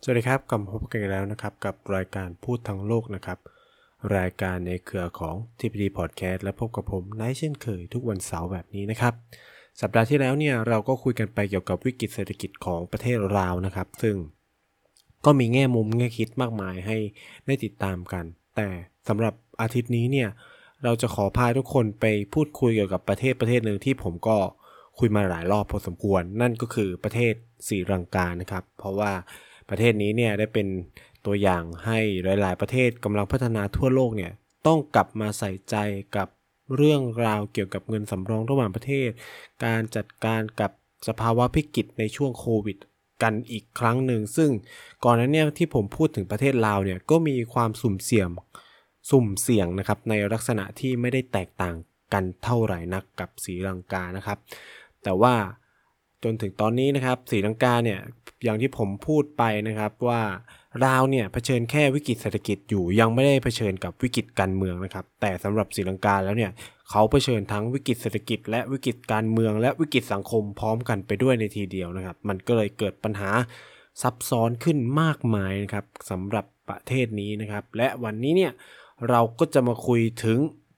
สวัสดีครับกลับมาพบกันอีกแล้วนะครับกับรายการพูดทั้งโลกนะครับรายการในเครือของ TPD Podcast และพบกับผมไนท์เช่นเคยทุกวันเสาร์แบบนี้นะครับสัปดาห์ที่แล้วเนี่ยเราก็คุยกันไปเกี่ยวกับวิกฤตเศรษฐกิจของประเทศลาวนะครับซึ่งก็มีแง่มุมแง่คิดมากมายให้ได้ติดตามกันแต่สำหรับอาทิตย์นี้เนี่ยเราจะขอพาทุกคนไปพูดคุยเกี่ยวกับประเทศหนึ่งที่ผมก็คุยมาหลายรอบพอสมควรนั่นก็คือประเทศศรีลังกานะครับเพราะว่าประเทศนี้เนี่ยได้เป็นตัวอย่างให้หลายๆประเทศกำลังพัฒนาทั่วโลกเนี่ยต้องกลับมาใส่ใจกับเรื่องราวเกี่ยวกับเงินสำรองระหว่างประเทศการจัดการกับสภาวะวิกฤตในช่วงโควิดกันอีกครั้งหนึ่งซึ่งก่อนหน้านี้ที่ผมพูดถึงประเทศลาวเนี่ยก็มีความสุ่มเสี่ยงนะครับในลักษณะที่ไม่ได้แตกต่างกันเท่าไหร่นักกับศรีลังกานะครับแต่ว่าจนถึงตอนนี้นะครับศรีลังกาเนี่ยอย่างที่ผมพูดไปนะครับว่าลาวเนี่ยเผชิญแค่วิกฤตเศรษฐกิจอยู่ยังไม่ได้เผชิญกับวิกฤตการเมืองนะครับแต่สำหรับศรีลังกาแล้วเนี่ยเขาเผชิญทั้งวิกฤตเศรษฐกิจและวิกฤตการเมืองและวิกฤตสังคมพร้อมกันไปด้วยในทีเดียวนะครับมันก็เลยเกิดปัญหาซับซ้อนขึ้นมากมายนะครับสำหรับประเทศนี้นะครับและวันนี้เนี่ยเราก็จะมาคุยถึง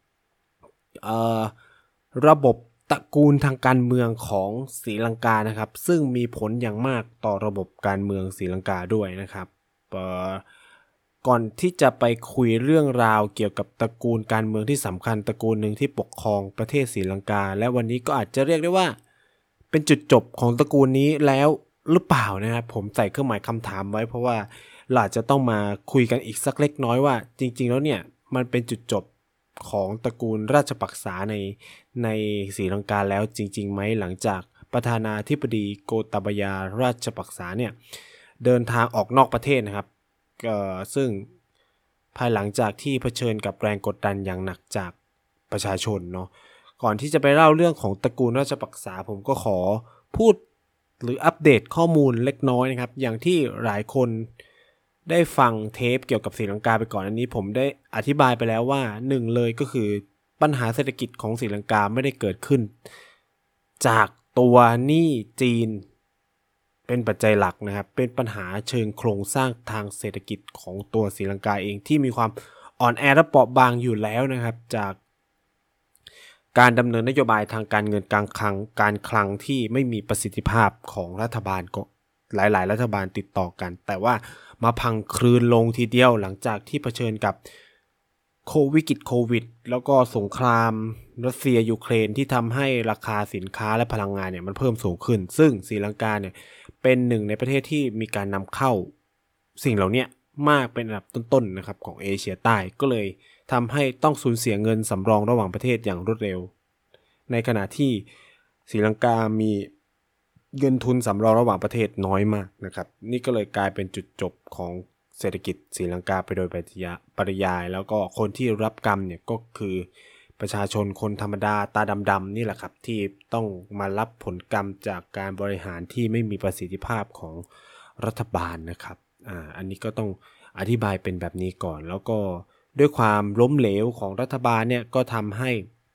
ระบบตระกูลทางการเมืองของศรีลังกานะครับซึ่งมีผลอย่างมากต่อระบบการเมืองศรีลังกาด้วยนะครับก่อนที่จะไปคุยเรื่องราวเกี่ยวกับตระกูลการเมืองที่สำคัญตระกูลหนึ่งที่ปกครองประเทศศรีลังกาและวันนี้ก็อาจจะเรียกได้ว่าเป็นจุดจบของตระกูลนี้แล้วหรือเปล่านะครับผมใส่เครื่องหมายคำถามไว้เพราะว่าเราอาจจะต้องมาคุยกันอีกสักเล็กน้อยว่าจริงๆแล้วเนี่ยมันเป็นจุดจบของตระกูลราชปักษาในศรีลังกาแล้วจริงๆไหมหลังจากประธานาธิบดีโกตาบยาราชปักษาเนี่ยเดินทางออกนอกประเทศนะครับซึ่งภายหลังจากที่เผชิญกับแรงกดดันอย่างหนักจากประชาชนเนาะก่อนที่จะไปเล่าเรื่องของตระกูลราชปักษาผมก็ขอพูดหรืออัปเดตข้อมูลเล็กน้อยนะครับอย่างที่หลายคนได้ฟังเทปเกี่ยวกับศรีลังกาไปก่อนอันนี้ผมได้อธิบายไปแล้วว่าหนึ่งเลยก็คือปัญหาเศรษฐกิจของศรีลังกาไม่ได้เกิดขึ้นจากตัวหนี้จีนเป็นปัจจัยหลักนะครับเป็นปัญหาเชิงโครงสร้างทางเศรษฐกิจของตัวศรีลังกาเองที่มีความอ่อนแอและเปราะบางอยู่แล้วนะครับจากการดำเนินนโยบายทางการเงินการคลังที่ไม่มีประสิทธิภาพของรัฐบาลก็หลายๆรัฐบาลติดต่อกันแต่ว่ามาพังคลืนลงทีเดียวหลังจากที่เผชิญกับวิกฤตโควิดแล้วก็สงครามรัสเซียยูเครนที่ทำให้ราคาสินค้าและพลังงานเนี่ยมันเพิ่มสูงขึ้นซึ่งศรีลังกาเนี่ยเป็นหนึ่งในประเทศที่มีการนำเข้าสิ่งเหล่านี้มากเป็นอันดับต้นๆนะครับของเอเชียใต้ก็เลยทำให้ต้องสูญเสียเงินสำรองระหว่างประเทศอย่างรวดเร็วในขณะที่ศรีลังกามีเงินทุนสำรองระหว่างประเทศน้อยมากนะครับนี่ก็เลยกลายเป็นจุดจบของเศรษฐกิจศรีลังกาไปโดยปริยายแล้วก็คนที่รับกรรมเนี่ยก็คือประชาชนคนธรรมดาตาดำๆนี่แหละครับที่ต้องมารับผลกรรมจากการบริหารที่ไม่มีประสิทธิภาพของรัฐบาลนะครับอันนี้ก็ต้องอธิบายเป็นแบบนี้ก่อนแล้วก็ด้วยความล้มเหลวของรัฐบาลเนี่ยก็ทำให้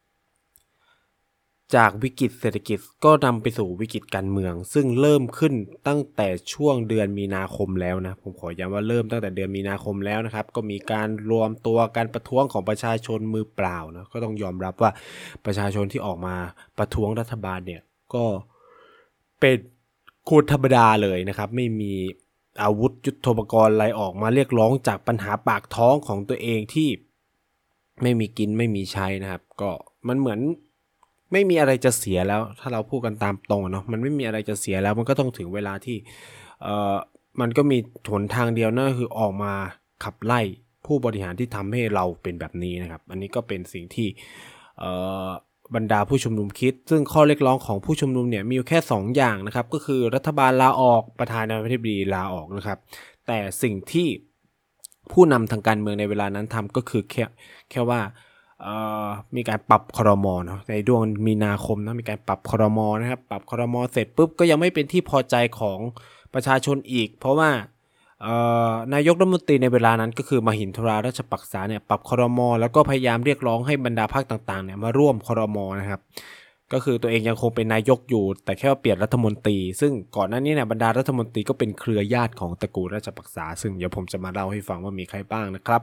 จากวิกฤตเศรษฐกิจก็นำไปสู่วิกฤตการเมืองซึ่งเริ่มขึ้นตั้งแต่ช่วงเดือนมีนาคมแล้วนะผมขอย้ำว่าเริ่มตั้งแต่เดือนมีนาคมแล้วนะครับก็มีการรวมตัวการประท้วงของประชาชนมือเปล่านะก็ต้องยอมรับว่าประชาชนที่ออกมาประท้วงรัฐบาลเนี่ยก็เป็นคนธรรมดาเลยนะครับไม่มีอาวุธยุทโธปกรณ์อะไรออกมาเรียกร้องจากปัญหาปากท้องของตัวเองที่ไม่มีกินไม่มีใช้นะครับก็มันเหมือนไม่มีอะไรจะเสียแล้วถ้าเราพูดกันตามตรงเนาะมันไม่มีอะไรจะเสียแล้วมันก็ต้องถึงเวลาที่มันก็มีหนทางเดียวนั่นก็คือออกมาขับไล่ผู้บริหารที่ทำให้เราเป็นแบบนี้นะครับอันนี้ก็เป็นสิ่งที่บรรดาผู้ชุมนุมคิดซึ่งข้อเรียกร้องของผู้ชุมนุมเนี่ยมีอยู่แค่2อย่างนะครับก็คือรัฐบาลลาออกประธานาธิบดีลาออกนะครับแต่สิ่งที่ผู้นำทางการเมืองในเวลานั้นทำก็คือแค่ว่ามีการปรับครม.เนาะในเดือนมีนาคมนะมีการปรับครม.นะครับปรับครม.เสร็จปุ๊บก็ยังไม่เป็นที่พอใจของประชาชนอีกเพราะว่านายกรัฐมนตรีในเวลานั้นก็คือมหินทราราชปักษาเนี่ยปรับครม.แล้วก็พยายามเรียกร้องให้บรรดาพรรคต่างๆเนี่ยมาร่วมครม.นะครับก็คือตัวเองยังคงเป็นนายกอยู่แต่แค่ว่าเปลี่ยนรัฐมนตรีซึ่งก่อนหน้านี้เนี่ยบรรดารัฐมนตรีก็เป็นเครือญาติของตระกูลราชปักษาซึ่งเดี๋ยวผมจะมาเล่าให้ฟังว่ามีใครบ้างนะครับ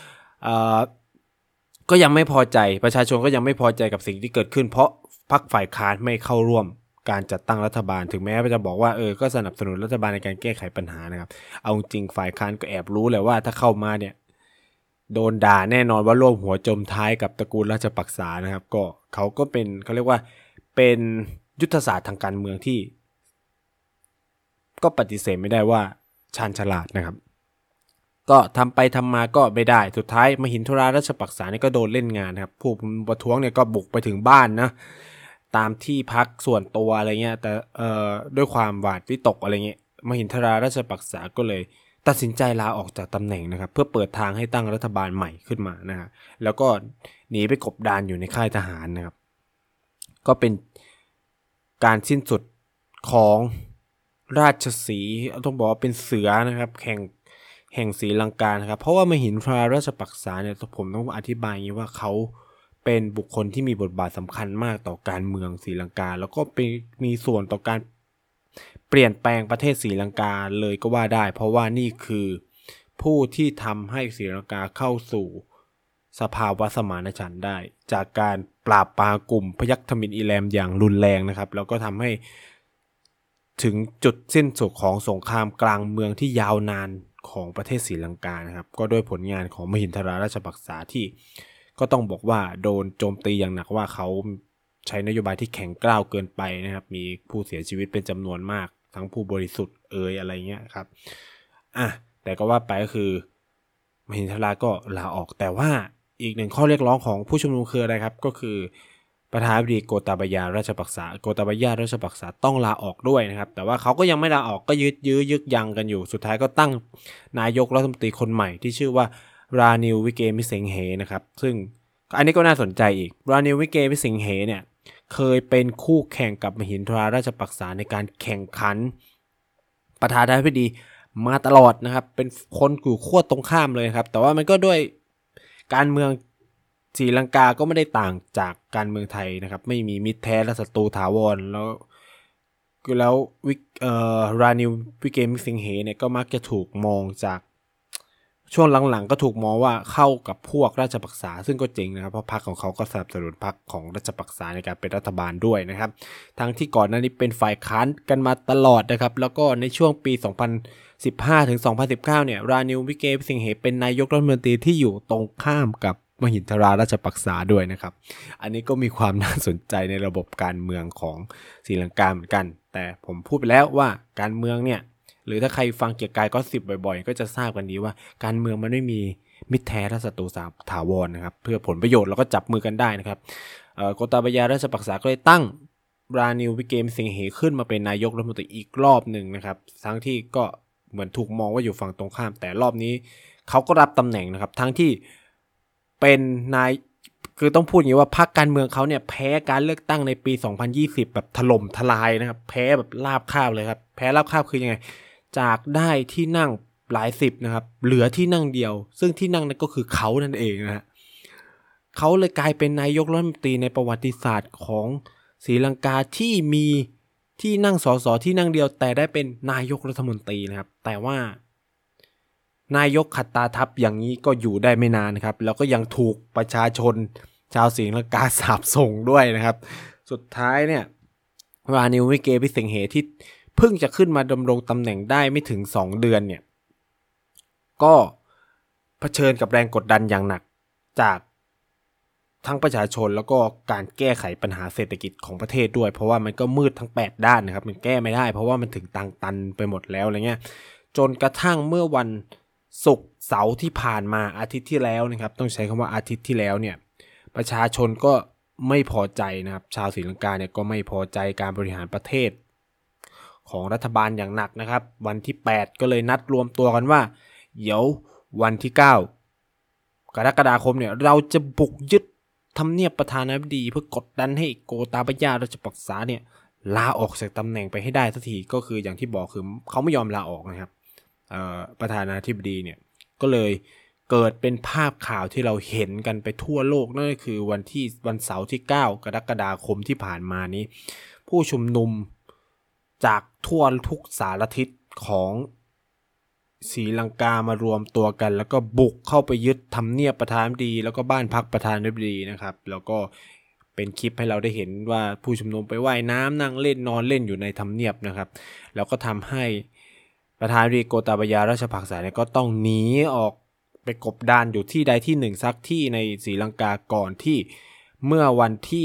ก็ยังไม่พอใจประชาชนก็ยังไม่พอใจกับสิ่งที่เกิดขึ้นเพราะพรรคฝ่ายค้านไม่เข้าร่วมการจัดตั้งรัฐบาลถึงแม้จะบอกว่าก็สนับสนุนรัฐบาลในการแก้ไขปัญหานะครับเอาจริงฝ่ายค้านก็แอบรู้แหละว่าถ้าเข้ามาเนี่ยโดนด่าแน่นอนว่าร่วมหัวจมท้ายกับตระกูลราชปักษานะครับก็เขาก็เป็นเขาเรียกว่าเป็นยุทธศาสตร์ทางการเมืองที่ก็ปฏิเสธไม่ได้ว่าชาญฉลาดนะครับก็ทำไปทำมาก็ไม่ได้สุดท้ายมหินทราราชปักษาเนี่ยก็โดนเล่นงานครับผู้ประท้วงเนี่ยก็บุกไปถึงบ้านนะตามที่พักส่วนตัวอะไรเงี้ยแต่ด้วยความหวาดวิตกอะไรเงี้ยมหินทราราชปักษาก็เลยตัดสินใจลาออกจากตำแหน่งนะครับเพื่อเปิดทางให้ตั้งรัฐบาลใหม่ขึ้นมานะฮะแล้วก็หนีไปกบดานอยู่ในค่ายทหารนะครับก็เป็นการสิ้นสุดของราชสีห์ต้องบอกว่าเป็นเสือนะครับแห่งศรีลังกานะครับเพราะว่ามหินทราราชปักษาเนี่ยผมต้องอธิบายอย่างนี้ว่าเขาเป็นบุคคลที่มีบทบาทสำคัญมากต่อการเมืองศรีลังกาแล้วก็มีส่วนต่อการเปลี่ยนแปลงประเทศศรีลังกาเลยก็ว่าได้เพราะว่านี่คือผู้ที่ทำให้ศรีลังกาเข้าสู่สภาวะสมานฉันท์ได้จากการปราบปรามกลุ่มพยัคฆ์ทมิฬอีแลมอย่างรุนแรงนะครับแล้วก็ทำให้ถึงจุดสิ้นสุดของสงครามกลางเมืองที่ยาวนานของประเทศศรีลังกานะครับก็ด้วยผลงานของมหินทราราชปักษาที่ก็ต้องบอกว่าโดนโจมตีอย่างหนักว่าเขาใช้นโยบายที่แข็งกร้าวเกินไปนะครับมีผู้เสียชีวิตเป็นจำนวนมากทั้งผู้บริสุทธิ์อะไรเงี้ยครับแต่ก็ว่าไปก็คือมหินทราก็ลาออกแต่ว่าอีกหนึ่งข้อเรียกร้องของผู้ชุมนุมคืออะไรครับก็คือประธานาธิบดีโกตาบายาราชปักษาต้องลาออกด้วยนะครับแต่ว่าเขาก็ยังไม่ลาออกก็ยึกยั้งกันอยู่สุดท้ายก็ตั้งนายกรัฐมนตรีคนใหม่ที่ชื่อว่ารานิลวิเกมิเซงเฮนะครับซึ่งอันนี้ก็น่าสนใจอีกรานิลวิเกมิเซงเฮเนี่ยเคยเป็นคู่แข่งกับมหินทราราชปักษาในการแข่งขันประธานาธิบดีมาตลอดนะครับเป็นคนอยู่ขั้วตรงข้ามเลยครับแต่ว่ามันก็ด้วยการเมืองศรีลังกาก็ไม่ได้ต่างจากการเมืองไทยนะครับไม่มีมิตรแท้และศัตรูถาวรแล้วรานิลวิเกมิเซงเฮเนี่ยก็มักจะถูกมองจากช่วงหลังๆก็ถูกมองว่าเข้ากับพวกราชปักษาซึ่งก็จริงนะครับเพราะพรรคของเขาก็สนับสนุนพรรคของราชปักษาในการเป็นรัฐบาลด้วยนะครับทั้งที่ก่อนหน้านี้เป็นฝ่ายค้านกันมาตลอดนะครับแล้วก็ในช่วงปี2015ถึง2019เนี่ยรานิลวิเกมิเซงเฮเป็นนายกรัฐมนตรีที่อยู่ตรงข้ามกับมหินทราราชปักษาด้วยนะครับอันนี้ก็มีความน่าสนใจในระบบการเมืองของศรีลังกาเหมือนกันแต่ผมพูดไปแล้วว่าการเมืองเนี่ยหรือถ้าใครฟังเกียรติกายก็สิบบ่อยๆก็จะทราบกันดีว่าการเมืองมันไม่มีมิตรแท้และศัตรูถาวรนะครับเพื่อผลประโยชน์เราก็จับมือกันได้นะครับโกตาบายาราชปักษาก็เลยตั้งรานิลวิเกมิเซงเฮขึ้นมาเป็นนายกรัฐมนตรีอีกรอบหนึ่งนะครับทั้งที่ก็เหมือนถูกมองว่าอยู่ฝั่งตรงข้ามแต่รอบนี้เขาก็รับตำแหน่งนะครับทั้งที่เป็นคือต้องพูดอย่างนี้ว่าพรรคการเมืองเขาเนี่ยแพ้การเลือกตั้งในปี2020แบบถล่มทลายนะครับแพ้แบบราบคาบเลยครับแพ้ราบคาบคือยังไงจากได้ที่นั่งหลายสิบนะครับเหลือที่นั่งเดียวซึ่งที่นั่งนั้นก็คือเขานั่นเองนะฮะเขาเลยกลายเป็นนายกรัฐมนตรีในประวัติศาสตร์ของศรีลังกาที่มีที่นั่งสสที่นั่งเดียวแต่ได้เป็นนายกรัฐมนตรีนะครับแต่ว่านายกขัดตาทับอย่างนี้ก็อยู่ได้ไม่นานนะครับแล้วก็ยังถูกประชาชนชาวศรีลังกาสาปส่งด้วยนะครับสุดท้ายเนี่ยรานิลวิเกมิเซงเฮที่เพิ่งจะขึ้นมาดำรงตำแหน่งได้ไม่ถึง2 เดือนเนี่ยก็เผชิญกับแรงกดดันอย่างหนักจากทั้งประชาชนแล้วก็การแก้ไขปัญหาเศรษฐกิจของประเทศด้วยเพราะว่ามันก็มืดทั้ง8ด้านนะครับมันแก้ไม่ได้เพราะว่ามันถึงทางตันไปหมดแล้วอะไรเงี้ยจนกระทั่งเมื่อวันศุกร์เสาร์ที่ผ่านมาอาทิตย์ที่แล้วนะครับต้องใช้คำว่าอาทิตย์ที่แล้วเนี่ยประชาชนก็ไม่พอใจนะครับชาวศรีลังกาเนี่ยก็ไม่พอใจการบริหารประเทศของรัฐบาลอย่างหนักนะครับวันที่8ก็เลยนัดรวมตัวกันว่าเดี๋ยววันที่9 กรกฎาคมเนี่ยเราจะบุกยึดทำเนียบประธานาธิบดีเพื่อกดดันให้โกตาบายาราชปักษาเนี่ยลาออกจากตำแหน่งไปให้ได้สักทีก็คืออย่างที่บอกคือเขาไม่ยอมลาออกนะครับประธานาธิบดีเนี่ยก็เลยเกิดเป็นภาพข่าวที่เราเห็นกันไปทั่วโลกนั่นก็คือวันเสาร์ที่9 กรกฎาคมที่ผ่านมานี้ผู้ชุมนุมจากทั่วทุกสารทิศของศรีลังกามารวมตัวกันแล้วก็บุกเข้าไปยึดทำเนียบประธานาธิบดีแล้วก็บ้านพักประธานาธิบดีนะครับแล้วก็เป็นคลิปให้เราได้เห็นว่าผู้ชุมนุมไปว่ายน้ำนั่งเล่นนอนเล่นอยู่ในทำเนียบนะครับแล้วก็ทำให้ประธานาธิบดีโกตาบายาราชปักษาเนี่ยก็ต้องหนีออกไปกบดานอยู่ที่ใดที่หนึ่งสักที่ในศรีลังกาก่อนที่เมื่อวันที่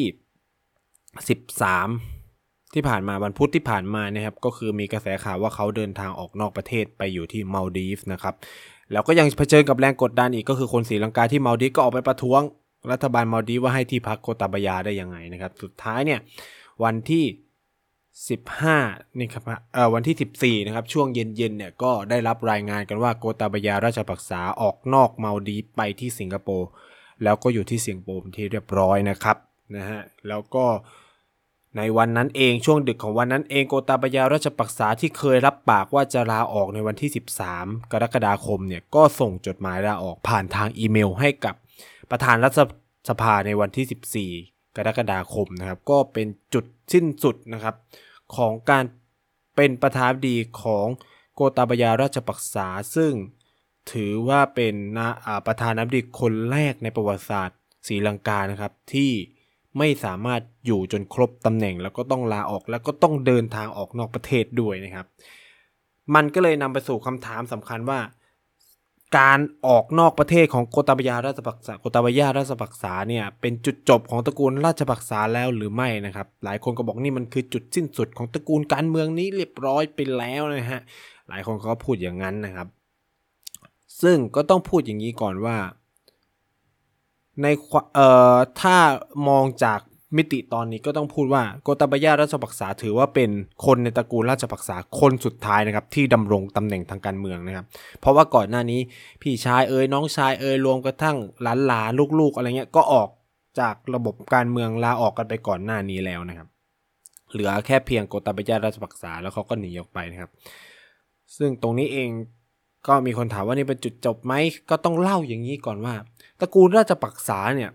13ที่ผ่านมาวันพุธที่ผ่านมานะครับก็คือมีกระแสข่าวว่าเขาเดินทางออกนอกประเทศไปอยู่ที่มัลดีฟส์นะครับแล้วก็ยังเผชิญกับแรงกดดันอีกก็คือคนศรีลังกาที่มัลดีฟก็ออกไปประท้วงรัฐบาลมัลดีฟว่าให้ที่พักโกตาบายาได้ยังไงนะครับสุดท้ายเนี่ยวันที่15นี่ครับวันที่14นะครับช่วงเย็นๆเนี่ยก็ได้รับรายงานกันว่าโกตาบายาราชปักษาออกนอกมัลดีฟไปที่สิงคโปร์แล้วก็อยู่ที่สิงคโปร์ที่เรียบร้อยนะครับนะฮะแล้วก็ในวันนั้นเองช่วงดึกของวันนั้นเองโกตาบายาราชปักษาที่เคยรับปากว่าจะลาออกในวันที่13กรกฎาคมเนี่ยก็ส่งจดหมายลาออกผ่านทางอีเมลให้กับประธานรัฐสภาในวันที่14กรกฎาคมนะครับก็เป็นจุดสิ้นสุดนะครับของการเป็นประธานาธิบดีของโกตาบายาราชปักษาซึ่งถือว่าเป็นประธานาธิบดีคนแรกในประวัติศาสตร์ศรีลังกานะครับที่ไม่สามารถอยู่จนครบตำแหน่งแล้วก็ต้องลาออกแล้วก็ต้องเดินทางออกนอกประเทศด้วยนะครับมันก็เลยนำไปสู่คำถามสำคัญว่าการออกนอกประเทศของโกตาบายาราชปักษาเนี่ยเป็นจุดจบของตระกูลราชปักษาแล้วหรือไม่นะครับหลายคนก็บอกนี่มันคือจุดสิ้นสุดของตระกูลการเมืองนี้เรียบร้อยไปแล้วนะฮะหลายคนก็พูดอย่างนั้นนะครับซึ่งก็ต้องพูดอย่างนี้ก่อนว่าในถ้ามองจากมิติตอนนี้ก็ต้องพูดว่าโกตาบายาราชปักษาถือว่าเป็นคนในตระกูลราชปักษาคนสุดท้ายนะครับที่ดำรงตำแหน่งทางการเมืองนะครับเพราะว่าก่อนหน้านี้พี่ชายน้องชายรวมกระทั่งหลานลูกอะไรเงี้ยก็ออกจากระบบการเมืองลาออกกันไปก่อนหน้านี้แล้วนะครับเหลือแค่เพียงโกตาบายาราชปักษาแล้วเขาก็หนีออกไปนะครับซึ่งตรงนี้เองก็มีคนถามว่านี่เป็นจุดจบไหมก็ต้องเล่าอย่างนี้ก่อนว่าตระกูลราชปักษาเนี่ย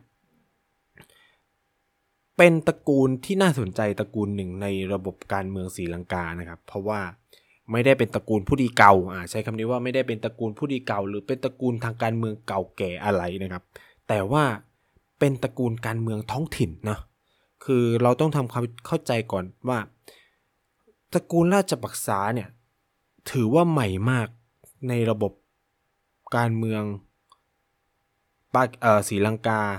เป็นตระกูลที่น่าสนใจตระกูลหนึ่งในระบบการเมืองศรีลังกานะครับเพราะว่าไม่ได้เป็นตระกูลผู้ดีเก่าใช้คำนี้ว่าไม่ได้เป็นตระกูลผู้ดีเก่าหรือเป็นตระกูลทางการเมืองเก่าแก่อะไรนะครับแต่ว่าเป็นตระกูลการเมืองท้องถิ่นนะคือเราต้องทำความเข้าใจก่อนว่าตระกูลราชปักษาเนี่ยถือว่าใหม่มากในระบบการเมืองศรีลังกา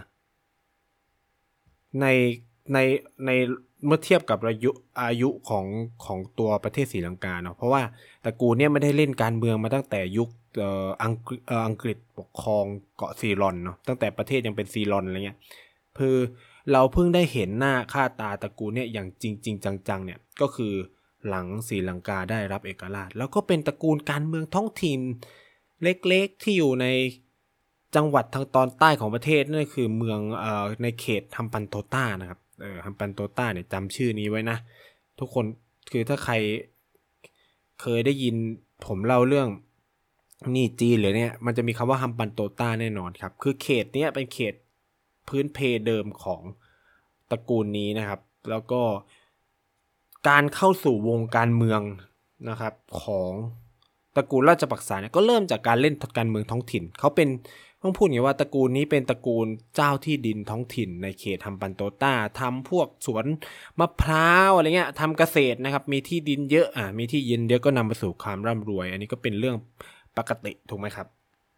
ในในเมื่อเทียบกับอายุของตัวประเทศศรีลังกาเนาะเพราะว่าตระกูลเนี่ยไม่ได้เล่นการเมืองมาตั้งแต่ยุคอังกฤษปกครองเกาะซีรอนเนาะตั้งแต่ประเทศยังเป็นซีรอนอะไรเงี้ยคือเราเพิ่งได้เห็นหน้าค่าตาตระกูลเนี่ยอย่างจริงจังๆเนี่ยก็คือหลังศรีลังกาได้รับเอกราชแล้วก็เป็นตระกูลการเมืองท้องถิ่นเล็กๆที่อยู่ในจังหวัดทางตอนใต้ของประเทศนั่นคือเมืองในเขตฮัมปันโตต้านะครับฮัมปันโตต้าเนี่ยจำชื่อนี้ไว้นะทุกคนคือถ้าใครเคยได้ยินผมเล่าเรื่องนี่จีนหรือเนี่ยมันจะมีคำว่าฮัมปันโตต้าแน่นอนครับคือเขตนี้เป็นเขตพื้นเพเดิมของตระกูลนี้นะครับแล้วก็การเข้าสู่วงการเมืองนะครับของตระกูลราชปักษาเนี่ยก็เริ่มจากการเล่นการเมืองท้องถิ่นเขาเป็นต้องพูดอย่างนี้ว่าตระกูลนี้เป็นตระกูลเจ้าที่ดินท้องถิ่นในเขตฮัมปันโตต้าทำพวกสวนมะพร้าวอะไรเงี้ยทำเกษตรนะครับมีที่ดินเยอะมีที่ดินเยอะก็นำไปสู่ความร่ำรวยอันนี้ก็เป็นเรื่องปกติถูกไหมครับ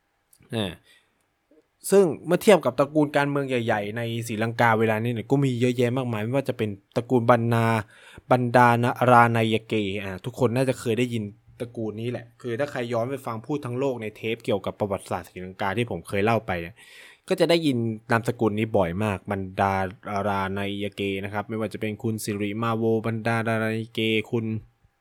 ซึ่งเมื่อเทียบกับตระกูลการเมืองใหญ่ๆในศรีลังกาเวลานี้เนี่ยก็มีเยอะแยะมากมายไม่ว่าจะเป็นตระกูลบรรดารานายเกทุกคนน่าจะเคยได้ยินตระกูลนี้แหละคือถ้าใครย้อนไปฟังพูดทั้งโลกในเทปเกี่ยวกับประวัติศาสตร์ศรีลังกาที่ผมเคยเล่าไปเนี่ยก็จะได้ยินนามสกุลนี้บ่อยมากบรรดารานายเกนะครับไม่ว่าจะเป็นคุณสิริมาโวบรรดารานายเกคุณ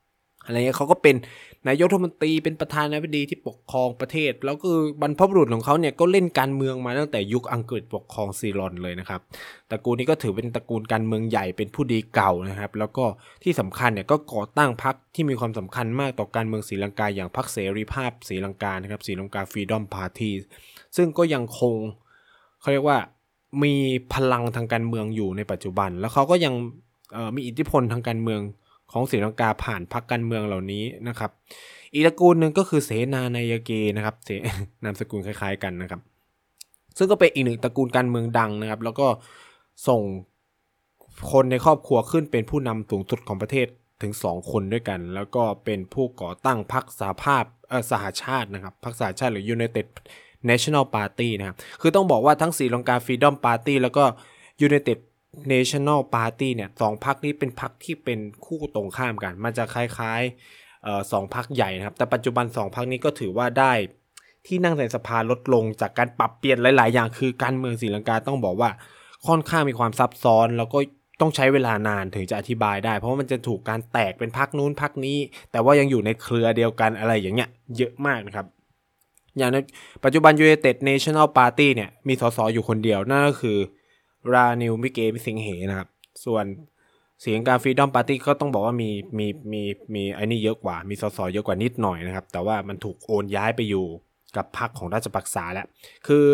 อะไรเงี้ยเขาก็เป็นนายกรัฐมนตรีเป็นประธานาธิบดีที่ปกครองประเทศแล้วก็บรรพบุรุษของเขาเนี่ยก็เล่นการเมืองมาตั้งแต่ยุคอังกฤษปกครองซีลอนเลยนะครับตระกูลนี้ก็ถือเป็นตระกูลการเมืองใหญ่เป็นผู้ดีเก่านะครับแล้วก็ที่สำคัญเนี่ยก็ก่อตั้งพรรคที่มีความสำคัญมากต่อการเมืองศรีลังกาอย่างพรรคเสรีภาพศรีลังกานะครับศรีลังกาฟรีดอมพาร์ตี้ซึ่งก็ยังคงเขาเรียกว่ามีพลังทางการเมืองอยู่ในปัจจุบันแล้วเขาก็ยังมีอิทธิพลทางการเมืองของศรีลังกาผ่านพรรคการเมืองเหล่านี้นะครับอีกตระกูลหนึ่งก็คือเสนานายเกนะครับนามสกุลคล้ายๆกันนะครับซึ่งก็เป็นอีกหนึ่งตระกูลการเมืองดังนะครับแล้วก็ส่งคนในครอบครัวขึ้นเป็นผู้นำสูงสุดของประเทศถึง2คนด้วยกันแล้วก็เป็นผู้ก่อตั้งพรรคสหชาตินะครับพรรคสหชาติหรือ United National Party นะครับคือต้องบอกว่าทั้งศรีลังกา Freedom Party แล้วก็ United National Party เนี่ย2พรรคนี้เป็นพรรคที่เป็นคู่ตรงข้ามกันมันจะคล้ายๆ2พรรคใหญ่นะครับแต่ปัจจุบัน2พรรคนี้ก็ถือว่าได้ที่นั่งในสภาลดลงจากการปรับเปลี่ยนหลายๆอย่างคือการเมืองศรีลังกาต้องบอกว่าค่อนข้างมีความซับซ้อนแล้วก็ต้องใช้เวลานานถึงจะอธิบายได้เพราะว่ามันจะถูกการแตกเป็นพรรคนู้นพรรคนี้แต่ว่ายังอยู่ในเครือเดียวกันอะไรอย่างเงี้ยเยอะมากนะครับอย่างในปัจจุบัน United National Party เนี่ยมีสสอยู่คนเดียวนั่นก็คือรานิลมิเกมิสิงเหนะครับส่วนเสียงการ Freedom Party ก็ต้องบอกว่ามีไอ้นี่เยอะกว่ามีสสเยอะกว่านิดหน่อยนะครับแต่ว่ามันถูกโอนย้ายไปอยู่กับพรรคของราชปักษาแล้วคือ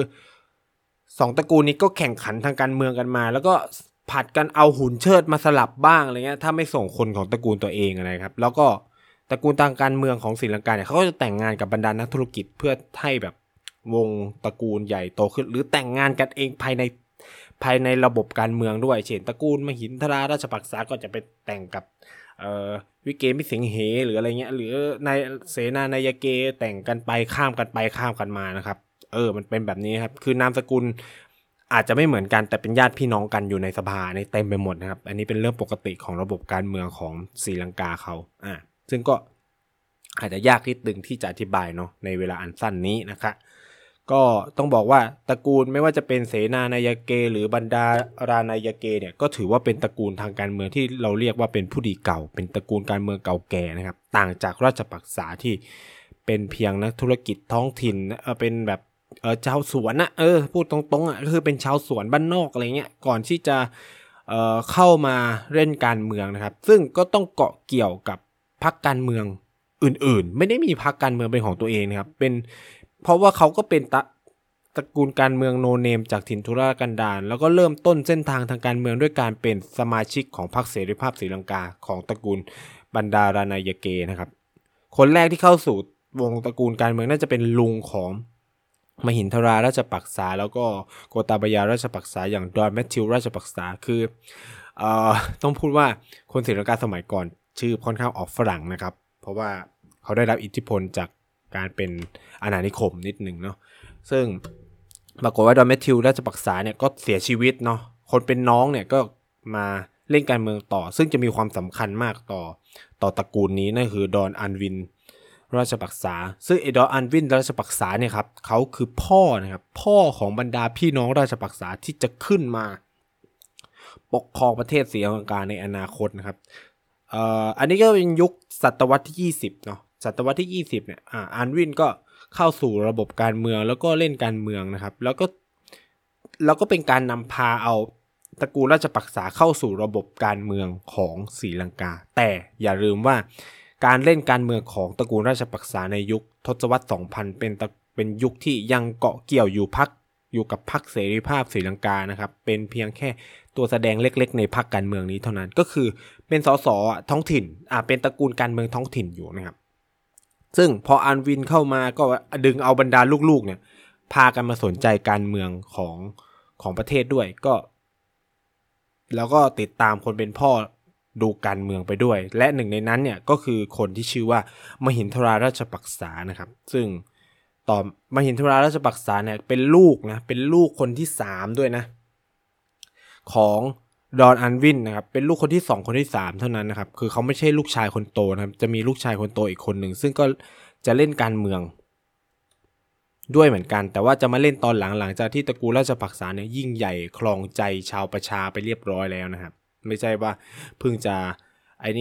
2ตระกูลนี้ก็แข่งขันทางการเมืองกันมาแล้วก็ผัดกันเอาหุ่นเชิดมาสลับบ้างอะไรเงี้ยถ้าไม่ส่งคนของตระกูลตัวเองอะไรครับแล้วก็ตระกูลทางการเมืองของศรีลังกาเนี่ยเขาก็จะแต่งงานกับบรรดานักธุรกิจเพื่อให้แบบวงตระกูลใหญ่โตขึ้นหรือแต่งงานกันเองภายในระบบการเมืองด้วยเช่นตระกูลมหินทราราชปักษาก็จะไปแต่งกับวิเกมิสิงเหหรืออะไรเงี้ยหรือในเสนานายเกแต่งกันไปข้ามกันมานะครับมันเป็นแบบนี้ครับคือนามสกุลอาจจะไม่เหมือนกันแต่เป็นญาติพี่น้องกันอยู่ในสภาในเต็มไปหมดนะครับอันนี้เป็นเรื่องปกติของระบบการเมืองของศรีลังกาเขาซึ่งก็อาจจะยากนิดนึงที่จะอธิบายเนาะในเวลาอันสั้นนี้นะคะก็ต้องบอกว่าตระกูลไม่ว่าจะเป็นเสนานายเกหรือบรรดารานายเกเนี่ยก็ถือว่าเป็นตระกูลทางการเมืองที่เราเรียกว่าเป็นผู้ดีเก่าเป็นตระกูลการเมืองเก่าแก่นะครับต่างจากราชปักษาที่เป็นเพียงนักธุรกิจท้องถิ่นเป็นแบบชาวสวนนะพูดตรงๆก็คือเป็นชาวสวนบ้านนอกอะไรเงี้ยก่อนที่จะเข้ามาเล่นการเมืองนะครับซึ่งก็ต้องเกาะเกี่ยวกับพรรคการเมืองอื่นๆไม่ได้มีพรรคการเมืองเป็นของตัวเองนะครับเป็นเพราะว่าเขาก็เป็นตระกูลการเมืองโนเนมจากถิ่นทุรกันดารแล้วก็เริ่มต้นเส้นทางทางการเมืองด้วยการเป็นสมาชิกของพรรคเสรีภาพศรีลังกาของตระกูลบรรดารานายเกนะครับคนแรกที่เข้าสู่วงตระกูลการเมืองน่าจะเป็นลุงของมหินทราราชปักษาแล้วก็โกตาบยาราชปักษาอย่างดอนแมทธิวราชปักษาคือต้องพูดว่าคนศรีลังกาสมัยก่อนชื่อค่อนข้างออกฝรั่งนะครับเพราะว่าเขาได้รับอิทธิพลจากการเป็นอาณานิคมนิดนึงเนาะซึ่งปรากฏว่าดอนแมทธิวราชปักษาเนี่ยก็เสียชีวิตเนาะคนเป็นน้องเนี่ยก็มาเล่นการเมืองต่อซึ่งจะมีความสำคัญมากต่อตระกูลนี้นั่นคือดอนอันวินราชปักษาซึ่งดอนอันวินราชปักษาเนี่ยครับเขาคือพ่อนะครับพ่อของบรรดาพี่น้องราชปักษาที่จะขึ้นมาปกครองประเทศศรีลังกาในอนาคตนะครับอันนี้ก็เป็นยุคศตวรรษที่20เนาะศตวรรษที่20เนี่ยอันวินก็เข้าสู่ระบบการเมืองแล้วก็เล่นการเมืองนะครับแล้วก็เป็นการนำพาเอาตระกูลราชปักษาเข้าสู่ระบบการเมืองของศรีลังกาแต่อย่าลืมว่าการเล่นการเมืองของตระกูลราชปักษาในยุคทศวรรษ 2000 เป็นยุคที่ยังเกาะเกี่ยวอยู่กับพรรคเสรีภาพศรีลังกานะครับเป็นเพียงแค่ตัวแสดงเล็กๆในพรรคการเมืองนี้เท่านั้นก็คือเป็นสสท้องถิ่นเป็นตระกูลการเมืองท้องถิ่นอยู่นะครับซึ่งพออันวินเข้ามาก็ดึงเอาบรรดาลูกๆเนี่ยพากันมาสนใจการเมืองของประเทศด้วยก็แล้วก็ติดตามคนเป็นพ่อดูการเมืองไปด้วยและหนึ่งในนั้นเนี่ยก็คือคนที่ชื่อว่ามหินทราราชปักษานะครับซึ่งต่อมหินทราราชปักษาเนี่ยเป็นลูกคนที่3ด้วยนะของดอนอันวินนะครับเป็นลูกคนที่2คนที่3เท่านั้นนะครับคือเขาไม่ใช่ลูกชายคนโตนะครับจะมีลูกชายคนโตอีกคนหนึ่งซึ่งก็จะเล่นการเมืองด้วยเหมือนกันแต่ว่าจะมาเล่นตอนหลังจากที่ตระกูลราชปักษาเนี่ยยิ่งใหญ่ครองใจชาวประชาไปเรียบร้อยแล้วนะครับไม่ใช่ว่าเพิ่งจะไอ้นี่เนาะ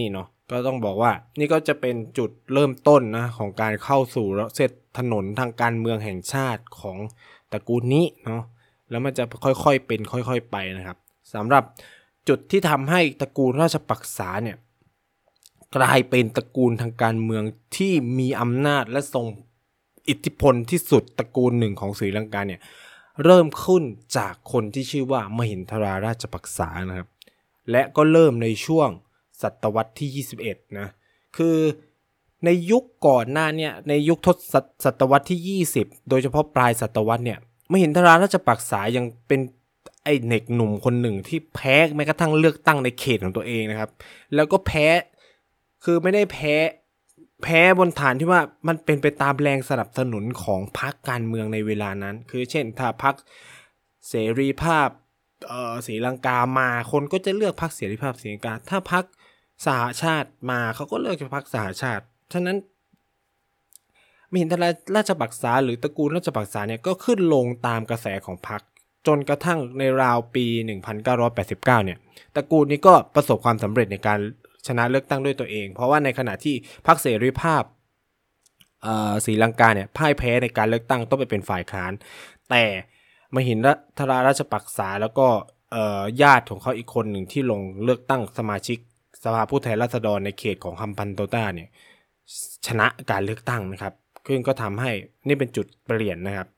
ก็ต้องบอกว่านี่ก็จะเป็นจุดเริ่มต้นนะของการเข้าสู่เส้นถนนทางการเมืองแห่งชาติของตระกูลนี้เนาะแล้วมันจะค่อยๆเป็นค่อยๆไปนะครับสำหรับจุดที่ทำให้ตระกูลราชปักษาเนี่ยกลายเป็นตระกูลทางการเมืองที่มีอำนาจและทรงอิทธิพลที่สุดตระกูลหนึ่งของศรีลังกาเนี่ยเริ่มขึ้นจากคนที่ชื่อว่ามหินทราราชปักษานะครับและก็เริ่มในช่วงศตวรรษที่21นะคือในยุคก่อนหน้าเนี่ยในยุคศตวรรษที่20โดยเฉพาะปลายศตวรรษเนี่ยมหินทราราชปักษายังเป็นไอ้เด็กหนุ่มคนหนึ่งที่แพ้แม้กระทั่งเลือกตั้งในเขตของตัวเองนะครับแล้วก็แพ้คือไม่ได้แพ้บนฐานที่ว่ามันเป็นไปตามแรงสนับสนุนของพรรคการเมืองในเวลานั้นคือเช่นถ้าพรรคเสรีภาพศรีลังกามาคนก็จะเลือกพรรคเสรีภาพศรีลังกาถ้าพรรคสหชาติมาเขาก็เลือกพรรคสหชาติฉะนั้นมหินทราชปักษาหรือตระกูลราชปักษาเนี่ยก็ขึ้นลงตามกระแสของพรรคจนกระทั่งในราวปี1989เนี่ยตระกูลนี้ก็ประสบความสำเร็จในการชนะเลือกตั้งด้วยตัวเองเพราะว่าในขณะที่พรรคเสรีภาพศรีลังกาเนี่ยพ่ายแพ้ในการเลือกตั้งต้องไปเป็นฝ่ายค้านแต่มหินทราชปักษาแล้วก็ญาติของเขาอีกคนหนึ่งที่ลงเลือกตั้งสมาชิกสภาผู้แทนราษฎรในเขตของฮัมพันโตต้าเนี่ยชนะการเลือกตั้งนะครับซึ่งก็ทำให้นี่เป็นจุดเปลี่ยนนะครับ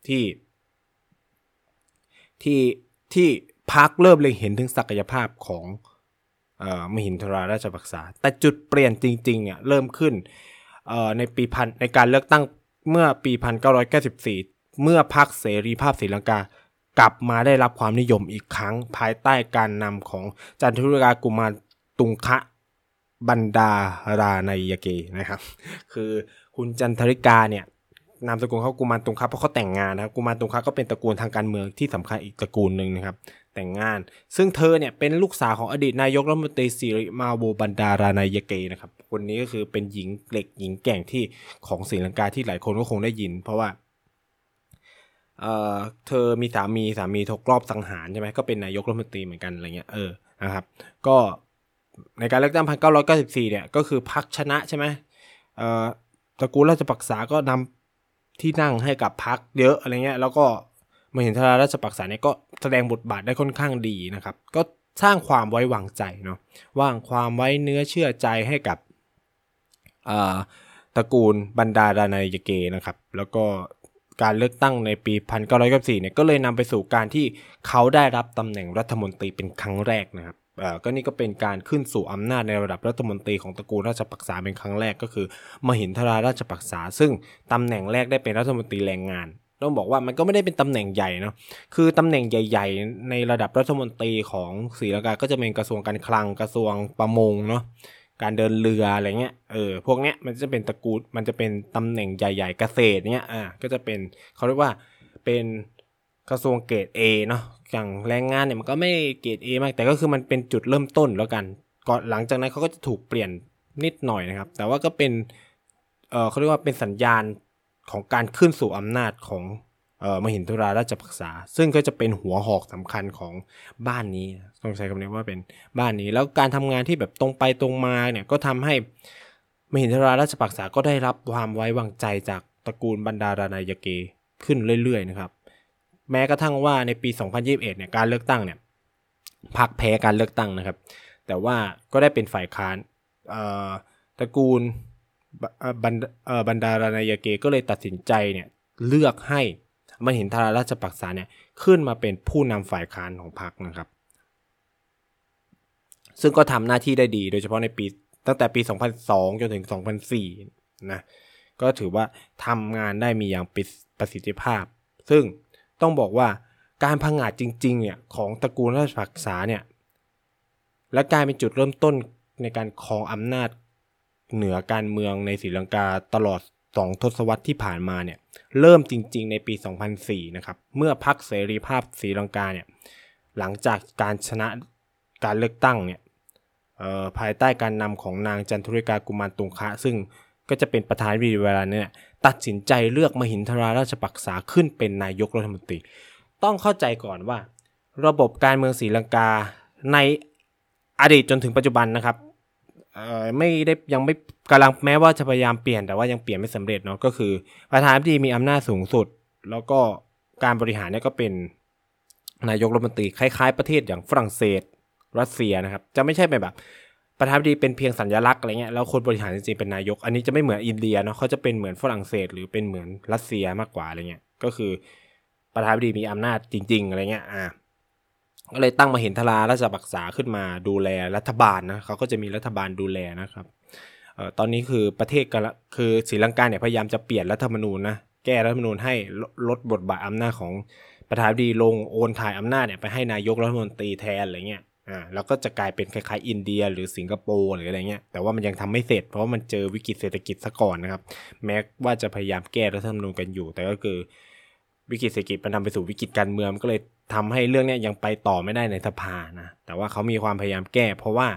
ที่พรรคเริ่มเล็งเห็นถึงศักยภาพของมหินทราชปักษาแต่จุดเปลี่ยนจริงๆเนี่ยเริ่มขึ้นในการเลือกตั้งเมื่อปี1994เมื่อพรรคเสรีภาพศรีลังกากลับมาได้รับความนิยมอีกครั้งภายใต้การนำของจันทรุกากุมารตุงคะบันดารานายเกนะครับคือคุณจันทริกาเนี่ยนามสกุลเขากุมารตุงคะเพราะเขาแต่งงานนะครับกุมารตุงคะก็เป็นตระกูลทางการเมืองที่สำคัญอีกตระกูลหนึ่งนะครับแต่งงานซึ่งเธอเนี่ยเป็นลูกสาวของอดีตนายกรัฐมนตรีสิริมาโวบันดารานายเกนะครับคนนี้ก็คือเป็นหญิงเหล็กหญิงแกร่งที่ของศรีลังกาที่หลายคนก็คงได้ยินเพราะว่าเธอมีสามีถูกรอบสังหารใช่ไหมก็เป็นนายกรัฐมนตรีเหมือนกันอะไรเงี้ยนะครับก็ในการเลือกตั้ง1994เนี่ยก็คือพรรคชนะใช่ไหมตระกูลราชปักษาก็นำที่นั่งให้กับพรรคเยอะอะไรเงี้ยแล้วก็มหินทราชปักษาเนี่ยก็แสดงบทบาทได้ค่อนข้างดีนะครับก็สร้างความไว้วางใจเนาะวางความไว้เนื้อเชื่อใจให้กับตระกูลบันดารานายเกนะครับแล้วก็การเลือกตั้งในปี1994เนี่ยก็เลยนำไปสู่การที่เขาได้รับตำแหน่งรัฐมนตรีเป็นครั้งแรกนะครับก็นี่ก็เป็นการขึ้นสู่อำนาจในระดับรัฐมนตรีของตระกูลราชปักษาเป็นครั้งแรกก็คือมหินทราชปักษาซึ่งตำแหน่งแรกได้เป็นรัฐมนตรีแรงงานต้องบอกว่ามันก็ไม่ได้เป็นตำแหน่งใหญ่เนาะคือตำแหน่งใหญ่ๆในระดับรัฐมนตรีของศรีลังกาก็จะเป็นกระทรวงการคลังกระทรวงประมงเนาะการเดินเรืออะไรเงี้ยพวกเนี้ยมันจะเป็นตระกูลมันจะเป็นตำแหน่งใหญ่ๆเกษตรเนี้ยก็จะเป็นเขาเรียกว่าเป็นกระทรวงเกรด A เนาะอย่างแรงงานเนี่ยมันก็ไม่เกรด A มากแต่ก็คือมันเป็นจุดเริ่มต้นแล้วกันก่อนหลังจากนั้นเขาก็จะถูกเปลี่ยนนิดหน่อยนะครับแต่ว่าก็เป็นเขาเรียกว่าเป็นสัญญาณของการขึ้นสู่อำนาจของมหินทราชปักษาซึ่งก็จะเป็นหัวหอกสำคัญของบ้านนี้ต้องใช้คำนี้ว่าเป็นบ้านนี้แล้วการทำงานที่แบบตรงไปตรงมาเนี่ยก็ทำให้มหินทราชปักษาก็ได้รับความไว้วางใจจากตระกูลบันดารานายเกขึ้นเรื่อยๆนะครับแม้กระทั่งว่าในปี2021เนี่ยการเลือกตั้งเนี่ยพรรคแพ้การเลือกตั้งนะครับแต่ว่าก็ได้เป็นฝ่ายค้านตระกูลบันดารานายเกก็เลยตัดสินใจเนี่ยเลือกให้มหินทราชปักษาเนี่ยขึ้นมาเป็นผู้นำฝ่ายค้านของพรรคนะครับซึ่งก็ทำหน้าที่ได้ดีโดยเฉพาะในปีตั้งแต่ปี2002จนถึง2004นะก็ถือว่าทำงานได้มีอย่างประสิทธิภาพซึ่งต้องบอกว่าการผงาดจริงๆเนี่ยของตระกูลราชปักษาเนี่ยและกลายเป็นจุดเริ่มต้นในการครองอำนาจเหนือการเมืองในศรีลังกาตลอด2 ทศวรรษที่ผ่านมาเนี่ยเริ่มจริงๆในปี2004นะครับเมื่อพรรคเสรีภาพศรีลังกาเนี่ยหลังจากการชนะการเลือกตั้งเนี่ยภายใต้การนำของนางจันทริกากุมารตุงคะซึ่งก็จะเป็นประธานาธิบดีเวลาเนี่ยตัดสินใจเลือกมหินทราชปักษาขึ้นเป็นนายกรัฐมนตรีต้องเข้าใจก่อนว่าระบบการเมืองศรีลังกาในอดีตจนถึงปัจจุบันนะครับไม่ได้ยังไม่กำลังแม้ว่าจะพยายามเปลี่ยนแต่ว่ายังเปลี่ยนไม่สำเร็จเนาะก็คือประธานาธิบดีมีอำนาจสูงสุดแล้วก็การบริหารเนี่ยก็เป็นนายกรัฐมนตรีคล้ายๆประเทศอย่างฝรั่งเศสรัสเซียนะครับจะไม่ใช่แบบประธานาธิบดีเป็นเพียงสัญลักษณ์อะไรเงี้ยแล้วคนบริหารจริงๆเป็นนายกอันนี้จะไม่เหมือนอินเดียเนาะเขาจะเป็นเหมือนฝรั่งเศสหรือเป็นเหมือนรัสเซียมากกว่าอะไรเงี้ยก็คือประธานาธิบดีมีอำนาจจริงๆอะไรเงี้ยก็เลยตั้งมหินทราราชบักษาขึ้นมาดูแลรัฐบาลนะเขาก็จะมีรัฐบาลดูแลนะครับตอนนี้คือประเทศกันละคือศรีลังกาเนี่ยพยายามจะเปลี่ยนรัฐธรรมนูญนะแก้รัฐธรรมนูญให้ลดบทบาทอำนาจของประธานาธิบดีลงโอนถ่ายอำนาจเนี่ยไปให้นายกรัฐมนตรีแทนอะไรเงี้ยแล้วก็จะกลายเป็นคล้ายๆอินเดียหรือสิงคโปร์หรืออะไรเงี้ยแต่ว่ามันยังทำไม่เสร็จเพราะว่ามันเจอวิกฤตเศรษฐกิจซะก่อนนะครับแม้ว่าจะพยายามแก้รัฐธรรมนูญกันอยู่แต่ก็คือวิกฤตเศรษฐกิจมันนำไปสู่วิกฤตการเมืองก็เลยทำให้เรื่องนี้ยังไปต่อไม่ได้ในสภานะแต่ว่าเขามีความพยายามแก้เพราะว่า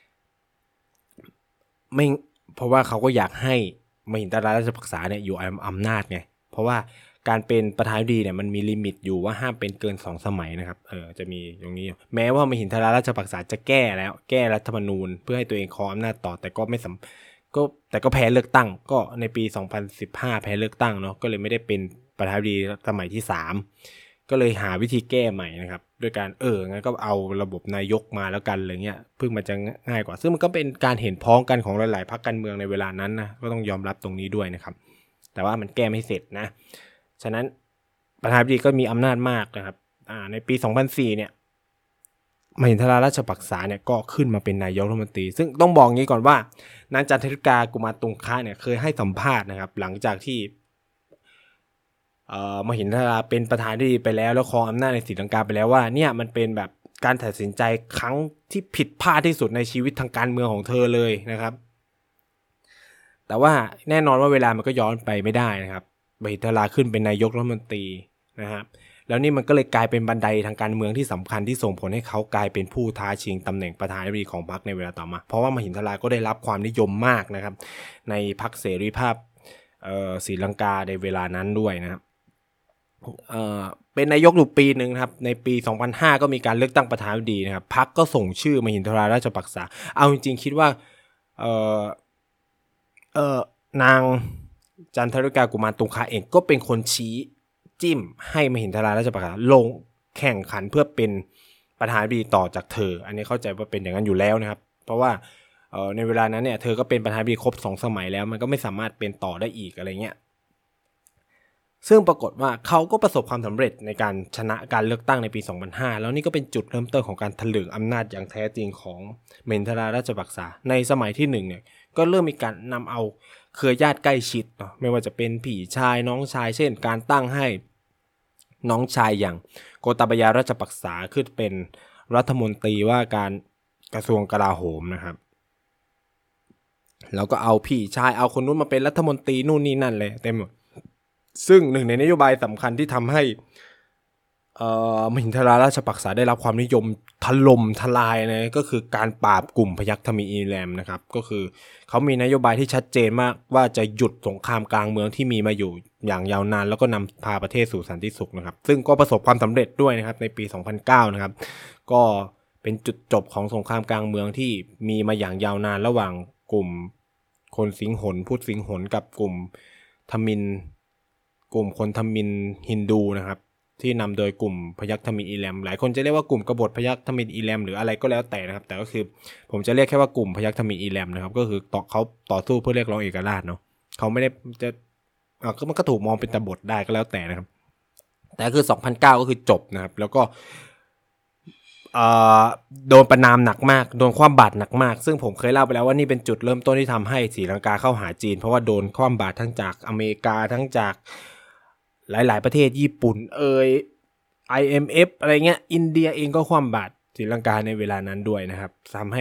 เขาก็อยากให้มหินทราราชบักษาเนี่ยอยู่อำนาจไงเพราะว่าการเป็นประธานาธิบดีเนี่ยมันมีลิมิตอยู่ว่าห้ามเป็นเกิน2 สมัยนะครับจะมีตรงนี้แม้ว่ามหินทราราชบักษาจะแก้รัฐธรรมนูญเพื่อให้ตัวเองครองอำนาจต่อแต่ก็แพ้เลือกตั้งก็ในปี2015แพ้เลือกตั้งเนาะก็เลยไม่ได้เป็นประธานาธิบดีสมัยที่3ก็เลยหาวิธีแก้ใหม่นะครับด้วยการงั้นก็เอาระบบนายกมาแล้วกันอะไรเงี้ยเพิ่งมันจะง่ายกว่าซึ่งมันก็เป็นการเห็นพ้องกันของหลายๆพรรคการเมืองในเวลานั้นนะก็ต้องยอมรับตรงนี้ด้วยนะครับแต่ว่ามันแก้ไม่เสร็จนะฉะนั้นประธานาธิบดีก็มีอำนาจมากนะครับในปี2004เนี่ยมหินทราราชบักษาเนี่ยก็ขึ้นมาเป็นนายกรัฐมนตรีซึ่งต้องบอกงี้ก่อนว่านางจันทริกากุมาตุงคะเนี่ยเคยให้สัมภาษณ์นะครับหลังจากที่มหินทราเป็นประธานาธิบดีไปแล้วครองอำนาจในศรีลังกาไปแล้วว่าเนี่ยมันเป็นแบบการตัดสินใจครั้งที่ผิดพลาดที่สุดในชีวิตทางการเมืองของเธอเลยนะครับแต่ว่าแน่นอนว่าเวลามันก็ย้อนไปไม่ได้นะครับมหินทราขึ้นเป็นนายกรัฐมนตรีนะครับแล้วนี่มันก็เลยกลายเป็นบันไดทางการเมืองที่สำคัญที่ส่งผลให้เขากลายเป็นผู้ท้าชิงตำแหน่งประธานาธิบดีของพรรคในเวลาต่อมาเพราะว่ามหินทราก็ได้รับความนิยมมากนะครับในพรรคเสรีภาพศรีลังกาในเวลานั้นด้วยนะครับเป็นนายกอยู่ปีนึงนะครับในปี2005ก็มีการเลือกตั้งประธานาธิบดีนะครับพรรคก็ส่งชื่อมหินทราราชบักษาเอาจริงๆคิดว่านางจันทริกากุมารตุงคะเองก็เป็นคนชี้จิ้มให้มหินทราราชบักษาลงแข่งขันเพื่อเป็นประธานาธิบดีต่อจากเธออันนี้เข้าใจว่าเป็นอย่างนั้นอยู่แล้วนะครับเพราะว่าในเวลานั้นเนี่ยเธอก็เป็นประธานาธิบดีครบ2 สมัยแล้วมันก็ไม่สามารถเป็นต่อได้อีกอะไรเงี้ยซึ่งปรากฏว่าเขาก็ประสบความสำเร็จในการชนะการเลือกตั้งในปี2005แล้วนี่ก็เป็นจุดเริ่มต้นของการถลึงอำนาจอย่างแท้จริงของมหินทราราชบักษาในสมัยที่1เนี่ยก็เริ่มมีการนำเอาเครือญาติใกล้ชิดเนาะไม่ว่าจะเป็นพี่ชายน้องชายเช่นการตั้งให้น้องชายอย่างโกตาบยาราชบักษาขึ้นเป็นรัฐมนตรีว่าการกระทรวงกลาโหมนะครับแล้วก็เอาพี่ชายเอาคนนู้นมาเป็นรัฐมนตรีนู่นนี่นั่นเลยเต็มหมดซึ่งหนึ่งในนโยบายสำคัญที่ทำให้มหินทราราชบักษาได้รับความนิยมถล่มทลายนะก็คือการปราบกลุ่มพยัคฆ์ทมิฬอีแรมนะครับก็คือเขามีนโยบายที่ชัดเจนมากว่าจะหยุดสงครามกลางเมืองที่มีมาอยู่อย่างยาวนานแล้วก็นำพาประเทศสู่สันติสุขนะครับซึ่งก็ประสบความสำเร็จด้วยนะครับในปี2009นะครับก็เป็นจุดจบของสงครามกลางเมืองที่มีมาอย่างยาวนานระหว่างกลุ่มคนสิงหนพุทธสิงหนกับกลุ่มคนทมิฬฮินดูนะครับที่นำโดยกลุ่มพยัคฆ์ทมิฬอีแรมหลายคนจะเรียกว่ากลุ่มกบฏพยัคฆ์ทมิฬอีแรมหรืออะไรก็แล้วแต่นะครับแต่ก็คือผมจะเรียกแค่ว่ากลุ่มพยัคฆ์ทมิฬอีแรมนะครับก็คือเขาต่อสู้เพื่อเรียกร้องเอกราชเนาะเขาไม่ได้จะมันก็ถูกมองเป็นกบฏได้ก็แล้วแต่นะครับแต่คือ2009ก็คือจบนะครับแล้วก็โดนประณามหนักมากโดนคว่ำบาตรหนักมากซึ่งผมเคยเล่าไปแล้วว่านี่เป็นจุดเริ่มต้นที่ทำให้ศรีลังกาเข้าหาจีนเพราะว่าโดนคว่ำบาตรทั้งจากอเมริกาทั้งจากหลายๆประเทศญี่ปุ่นIMF อะไรเงี้ยอินเดียเองก็คว่ำบาตรศรีลังกาในเวลานั้นด้วยนะครับทำให้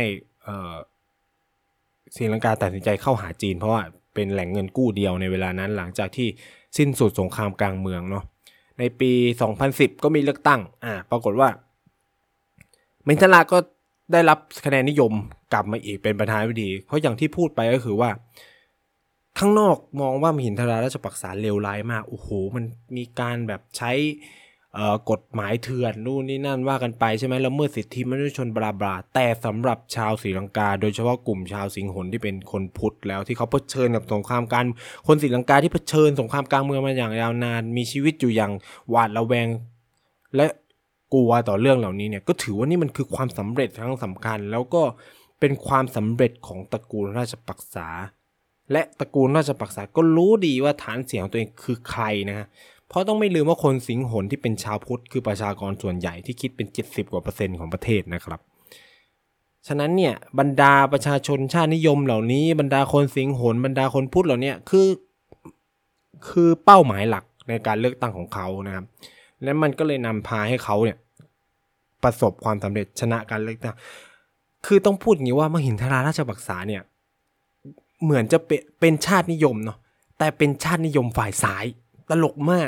ศรีลังกาตัดสินใจเข้าหาจีนเพราะว่าเป็นแหล่งเงินกู้เดียวในเวลานั้นหลังจากที่สิ้นสุดสงครามกลางเมืองเนาะในปี2010ก็มีเลือกตั้งปรากฏว่ามหินทราก็ได้รับคะแนนนิยมกลับมาอีกเป็นประธานาธิบดีเพราะอย่างที่พูดไปก็คือว่าข้างนอกมองว่ามหินทราราชบักษาเลวร้ายมากโอ้โหมันมีการแบบใช้กฎหมายเถื่อนนู่นนี่นั่นว่ากันไปใช่ไหมละเมิดสิทธิมนุษยชนบลาบลาแต่สำหรับชาวศรีลังกาโดยเฉพาะกลุ่มชาวสิงหนที่เป็นคนพุทธแล้วที่เขาเผชิญกับสงครามการคนศรีลังกาที่เผชิญสงครามกลางเมืองมาอย่างยาวนานมีชีวิตอยู่อย่างหวาดระแวงและกลัวต่อเรื่องเหล่านี้เนี่ยก็ถือว่านี่มันคือความสำเร็จครั้งสำคัญแล้วก็เป็นความสำเร็จของตระกูลราชปักษาและตระกูลราชปักษาก็รู้ดีว่าฐานเสียงของตัวเองคือใครนะฮะเพราะต้องไม่ลืมว่าคนสิงหนที่เป็นชาวพุทธคือประชากรส่วนใหญ่ที่คิดเป็น70%กว่าของประเทศนะครับฉะนั้นเนี่ยบรรดาประชาชนชาตินิยมเหล่านี้บรรดาคนสิงหนบรรดาคนพุทธเหล่านี้คือเป้าหมายหลักในการเลือกตั้งของเขานะครับและมันก็เลยนำพาให้เขาเนี่ยประสบความสำเร็จชนะการเลือกตั้งคือต้องพูดอย่างนี้ว่ามหินทราราชปักษาเนี่ยเหมือนจะเป็นชาตินิยมเนาะแต่เป็นชาตินิยมฝ่ายซ้ายตลกมาก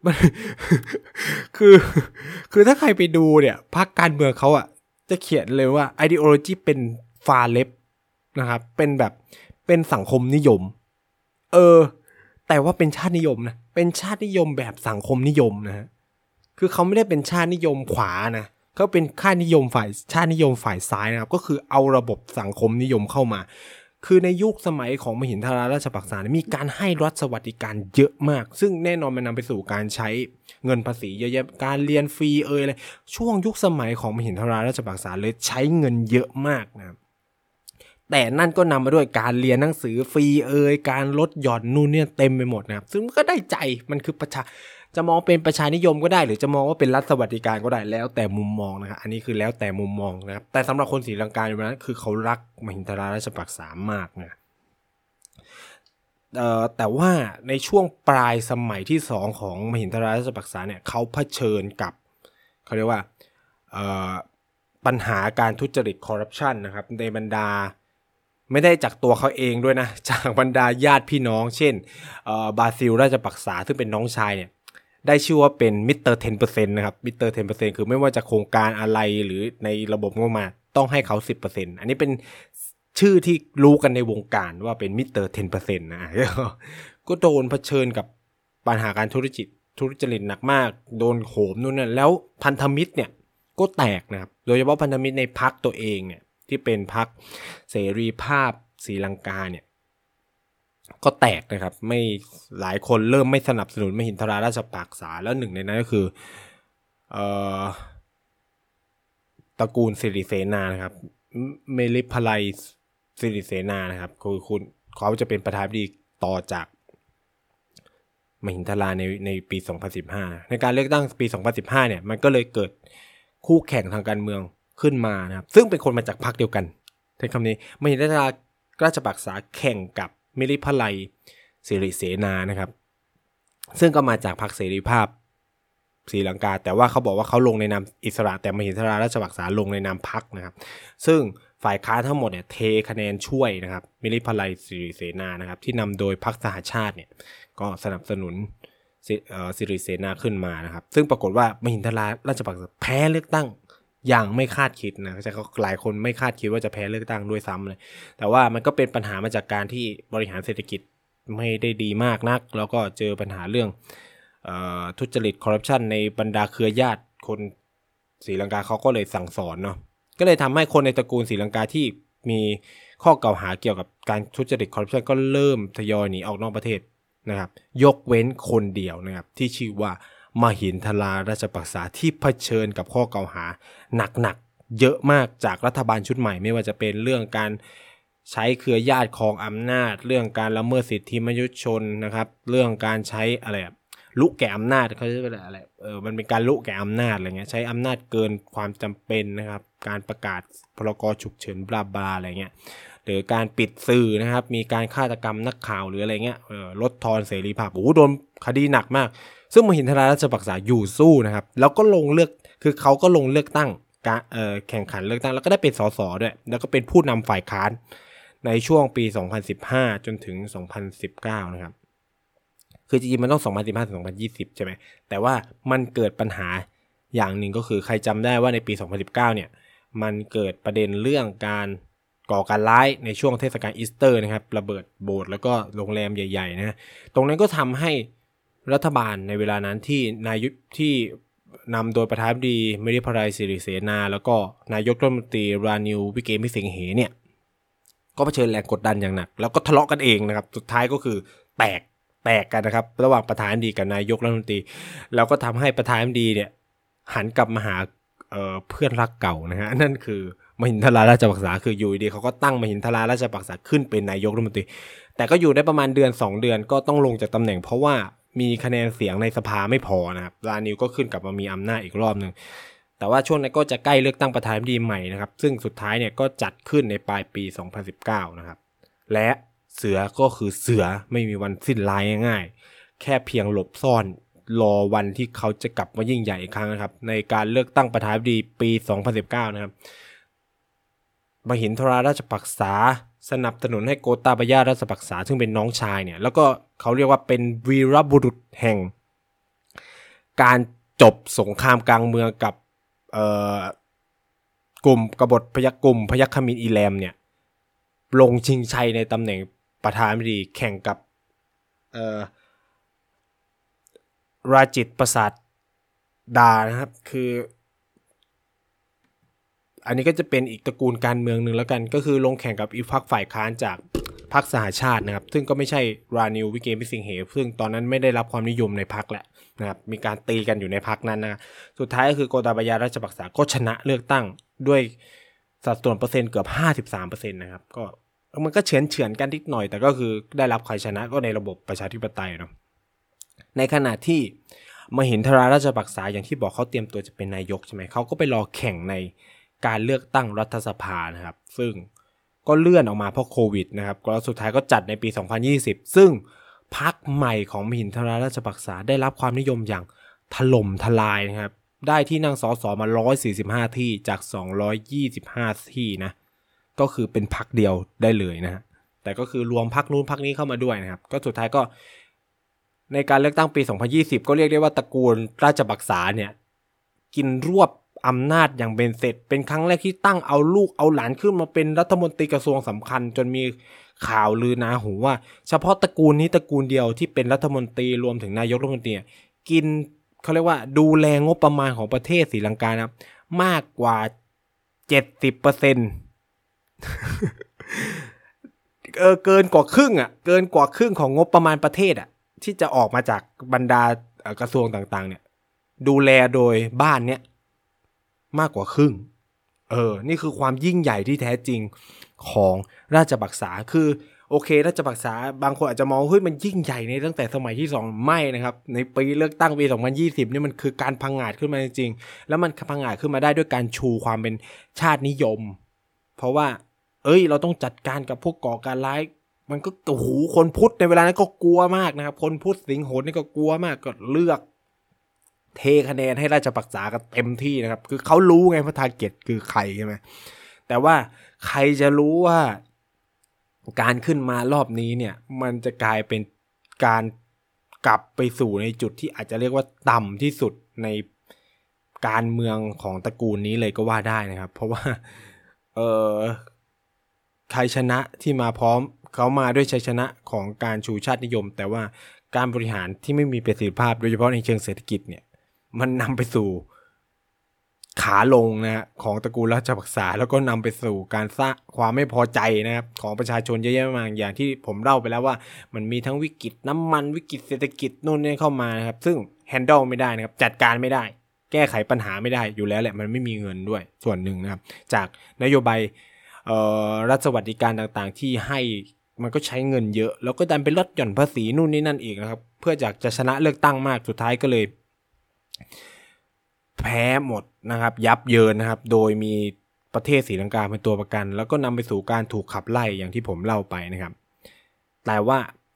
คือคือถ้าใครไปดูเนี่ยพรรคการเมืองเขาอ่ะจะเขียนเลยว่า ideology เป็น far left นะครับเป็นแบบเป็นสังคมนิยมแต่ว่าเป็นชาตินิยมนะเป็นชาตินิยมแบบสังคมนิยมนะฮะคือเขาไม่ได้เป็นชาตินิยมขวานะเขาเป็นชาตินิยมฝ่ายซ้ายนะครับก็คือเอาระบบสังคมนิยมเข้ามาคือในยุคสมัยของมหินทราราชปักษามีการให้รัฐสวัสดิการเยอะมากซึ่งแน่นอนมันนำไปสู่การใช้เงินภาษีเยอะแยะการเรียนฟรีอะไรช่วงยุคสมัยของมหินทราราชปักษาเลยใช้เงินเยอะมากนะครับแต่นั่นก็นำมาด้วยการเรียนหนังสือฟรีการลดหย่อนนู่นเนี่ยเต็มไปหมดนะครับซึ่งก็ได้ใจมันคือจะมองเป็นประชานิยมก็ได้หรือจะมองว่าเป็นรัฐสวัสดิการก็ได้แล้วแต่มุมมองนะครับอันนี้คือแล้วแต่มุมมองนะครับแต่สำหรับคนศรีลังกาในวันนั้นคือเขารักมหินทราราชปักษามากนะแต่ว่าในช่วงปลายสมัยที่2ของมหินทราราชปักษาเนี่ยเขาเผชิญกับเขาเรียกว่าปัญหาการทุจริตคอร์รัปชันนะครับในบรรดาไม่ได้จากตัวเขาเองด้วยนะจากบรรดาญาติพี่น้องเช่นบาซิลราชปักษาซึ่งเป็นน้องชายเนี่ยได้ชื่อว่าเป็นมิสเตอร์ 10% นะครับมิสเตอร์ 10% คือไม่ว่าจะโครงการอะไรหรือในระบบงบประมาณต้องให้เขา 10% อันนี้เป็นชื่อที่รู้กันในวงการว่าเป็นมิสเตอร์ 10% นะก็โดนเผชิญกับปัญหาการทุจริตหนักมากโดนโหมนู่นนั่นแล้วพันธมิตรเนี่ยก็แตกนะครับโดยเฉพาะพันธมิตรในพรรคตัวเองเนี่ยที่เป็นพรรคเสรีภาพศรีลังกาเนี่ยก็แตกนะครับไม่หลายคนเริ่มไม่สนับสนุนมหินทราราชปักษาแล้วหนึ่งในนั้นก็คือตระกูลสิริเสนานะครับเมลิพลัยสิริเสนานะครับคือเขาจะเป็นประธานาธิบดีต่อจากมหินทราในปี2015ในการเลือกตั้งปี2015เนี่ยมันก็เลยเกิดคู่แข่งทางการเมืองขึ้นมานะครับซึ่งเป็นคนมาจากพรรคเดียวกันใช้คำนี้มหินทราชปักษาแข่งกับเมลิพลัยสิริเสนานะครับซึ่งก็มาจากพรรคเสรีภาพศรีลังกาแต่ว่าเขาบอกว่าเขาลงในนามอิสระแต่มหินทราราชปักษาลงในนามพรรคนะครับซึ่งฝ่ายค้านทั้งหมดเนี่ยเทคะแนนช่วยนะครับเมลิพลัยสิริเสนานะครับที่นำโดยพรรคสหชาติเนี่ยก็สนับสนุนสิริเสนาขึ้นมานะครับซึ่งปรากฏว่ามหินทราชปักษาแพ้เลือกตั้งอย่างไม่คาดคิดนะแต่หลายคนไม่คาดคิดว่าจะแพ้เลือกตั้งด้วยซ้ำเลยแต่ว่ามันก็เป็นปัญหามาจากการที่บริหารเศรษฐกิจไม่ได้ดีมากนักแล้วก็เจอปัญหาเรื่องทุจริตคอร์รัปชันในบรรดาเครือญาติคนศรีลังกาเขาก็เลยสั่งสอนเนาะก็เลยทำให้คนในตระกูลศรีลังกาที่มีข้อกล่าวหาเกี่ยวกับการทุจริตคอร์รัปชันก็เริ่มทยอยหนีออกนอกประเทศนะครับยกเว้นคนเดียวนะครับที่ชื่อว่ามหินทราราชปักษาที่เผชิญกับข้อกล่าวหาหนักๆเยอะมากจากรัฐบาลชุดใหม่ไม่ว่าจะเป็นเรื่องการใช้เครือญาติครองอำนาจเรื่องการละเมิดสิทธิมนุษยชนนะครับเรื่องการใช้อะไรลุแก่อำนาจเขาเรียกว่าอะไรมันเป็นการลุแก่อำนาจอะไรเงี้ยใช้อำนาจเกินความจำเป็นนะครับการประกาศพรกฉุกเฉินบลาบลาอะไรเงี้ยหรือการปิดสื่อนะครับมีการฆาตกรรมนักข่าวหรืออะไรเงี้ยลดทอนเสรีภาพโดนคดีหนักมากซึ่งมหินทราราชปักษาอยู่สู้นะครับแล้วก็ลงเลือกคือเขาก็ลงเลือกตั้งแข่งขันเลือกตั้งแล้วก็ได้เป็นสสด้วยแล้วก็เป็นผู้นำฝ่ายค้านในช่วงปี2015จนถึง2019นะครับคือจริงๆมันต้อง2015ถึง2020ใช่ไหมแต่ว่ามันเกิดปัญหาอย่างหนึ่งก็คือใครจำได้ว่าในปี2019เนี่ยมันเกิดประเด็นเรื่องการก่อการร้ายในช่วงเทศกาลอีสเตอร์นะครับระเบิดโบสถ์แล้วก็โรงแรมใหญ่ๆนะตรงนั้นก็ทำให้รัฐบาลในเวลานั้นที่นำโดยประธานาธิบดีเมริพรายสิริเสนาแล้วก็นายกรัฐมนตรีรานิววิเกมิสิงเหเนี่ยก็เผชิญแรงกดดันอย่างหนักแล้วก็ทะเลาะกันเองนะครับสุดท้ายก็คือแตกกันนะครับระหว่างประธานาธิบดีกับนายกรัฐมนตรีแล้วก็ทำให้ประธานาธิบดีเนี่ยหันกลับมาหาเพื่อนรักเก่านะฮะนั่นคือมหินทราราชปักษาคืออยู่ดีเขาก็ตั้งมหินทราราชปักษาขึ้นเป็นนายกรัฐมนตรีแต่ก็อยู่ได้ประมาณเดือน2 เดือนก็ต้องลงจากตำแหน่งเพราะว่ามีคะแนนเสียงในสภาไม่พอนะครับรานิวก็ขึ้นกลับมามีอำนาจอีกรอบนึงแต่ว่าช่วงนั้นก็จะใกล้เลือกตั้งประธานาธิบดีใหม่นะครับซึ่งสุดท้ายเนี่ยก็จัดขึ้นในปลายปี 2019 นะครับและเสือก็คือเสือไม่มีวันสิ้นลายง่ายๆแค่เพียงหลบซ่อนรอวันที่เขาจะกลับมายิ่งใหญ่อีกครั้งนะครับในการเลือกตั้งประธานาธิบดีปี 2019 นะครับมหินทราราชปักษาสนับสนุนให้โกตาบายาราชปักษาซึ่งเป็นน้องชายเนี่ยแล้วก็เขาเรียกว่าเป็นวีรบุรุษแห่งการจบสงครามกลางเมืองกับกลุ่มกบฏพยัคฆมินอีแลมเนี่ยลงชิงชัยในตำแหน่งประธานาธิบดีแข่งกับราจิตประสาทดานะครับคืออันนี้ก็จะเป็นอีกตระกูลการเมืองหนึ่งแล้วกันก็คือลงแข่งกับอีกพรรคฝ่ายค้านจากพรรคสหชาตินะครับซึ่งก็ไม่ใช่รานิววิเกมิสิงเหซึ่งตอนนั้นไม่ได้รับความนิยมในพรรคแหละนะครับมีการตีกันอยู่ในพรรคนั้นนะสุดท้ายก็คือโกตาบายาราชปักษาก็ชนะเลือกตั้งด้วยสัดส่วนเปอร์เซ็นต์เกือบ 53% นะครับก็มันก็เฉือนกันนิดหน่อยแต่ก็คือได้รับชัยชนะก็ในระบบประชาธิปไตยเนาะในขณะที่มหินทราราชปักษาอย่างที่บอกเขาเตรียมตัวจะเป็นนายกใช่ไหมเขาก็ไปรอแข่งในการเลือกตั้งรัฐสภานะครับซึ่งก็เลื่อนออกมาเพราะโควิดนะครับแล้วสุดท้ายก็จัดในปี 2020 ซึ่งพรรคใหม่ของมหินทราราชปักษาได้รับความนิยมอย่างถล่มทลายนะครับได้ที่นั่งสสมา145ที่จาก225ที่นะก็คือเป็นพรรคเดียวได้เลยนะฮะแต่ก็คือรวมพรรคนู้นพรรคนี้เข้ามาด้วยนะครับก็สุดท้ายก็ในการเลือกตั้งปี 2020 ก็เรียกได้ว่าตระกูลราชปักษาเนี่ยกินรวบอำนาจอย่างเป็นเสร็จเป็นครั้งแรกที่ตั้งเอาลูกเอาหลานขึ้นมาเป็นรัฐมนตรีกระทรวงสำคัญจนมีข่าวลือนาหูว่าเฉพาะตระกูลนี้ตระกูลเดียวที่เป็นรัฐมนตรีรวมถึงนายกรัฐมนตรีกินเขาเรียกว่าดูแลงบประมาณของประเทศศรีลังกานะมากกว่า 70% เกินกว่าครึ่งเกินกว่าครึ่งของงบประมาณประเทศที่จะออกมาจากบรรดากระทรวงต่างๆเนี่ยดูแลโดยบ้านเนี้ยมากกว่าครึ่งนี่คือความยิ่งใหญ่ที่แท้จริงของราชปักษาคือโอเคราชปักษาบางคนอาจจะมองเฮ้ยมันยิ่งใหญ่ในตั้งแต่สมัยที่2ไม่นะครับในปีเลือกตั้งปี 2020นี่มันคือการพังงาดขึ้นมาจริงๆแล้วมันพังงาดขึ้นมาได้ด้วยการชูความเป็นชาตินิยมเพราะว่าเราต้องจัดการกับพวกก่อการร้ายมันก็โอ้โหคนพุทธในเวลานั้นก็กลัวมากนะครับคนพุทธสิงห์โหดนี่ก็กลัวมากก็เลือกเทคะแนนให้ราชปักษากันเต็มที่นะครับคือเขารู้ไงว่าทาร์เก็ตคือใครใช่ไหมแต่ว่าใครจะรู้ว่าการขึ้นมารอบนี้เนี่ยมันจะกลายเป็นการกลับไปสู่ในจุดที่อาจจะเรียกว่าต่ำที่สุดในการเมืองของตระกูลนี้เลยก็ว่าได้นะครับเพราะว่าใครชนะที่มาพร้อมเขามาด้วยชัยชนะของการชูชาตินิยมแต่ว่าการบริหารที่ไม่มีประสิทธิภาพโดยเฉพาะในเชิงเศรษฐกิจเนี่ยมันนำไปสู่ขาลงนะของตระกูลราชปักษาแล้วก็นำไปสู่การสร้างความไม่พอใจนะครับของประชาชนเยอะแยะมากอย่างที่ผมเล่าไปแล้วว่ามันมีทั้งวิกฤตน้ำมันวิกฤตเศรษฐกิจนู่นนี่เข้ามานะครับซึ่งแฮนเดิลไม่ได้นะครับจัดการไม่ได้แก้ไขปัญหาไม่ได้อยู่แล้วแหละมันไม่มีเงินด้วยส่วนหนึ่งนะครับจากนโยบายรัฐสวัสดิการต่างๆที่ให้มันก็ใช้เงินเยอะแล้วก็ดันไปลดหย่อนภาษีนู่นนี่นั่นอีกนะครับเพื่อจะชนะเลือกตั้งมากสุดท้ายก็เลยแพ้หมดนะครับยับเยินนะครับโดยมีประเทศศรีลังกาเป็นตัวประกันแล้วก็นำไปสู่การถูกขับไล่อย่างที่ผมเล่าไปนะครับแต่ว่า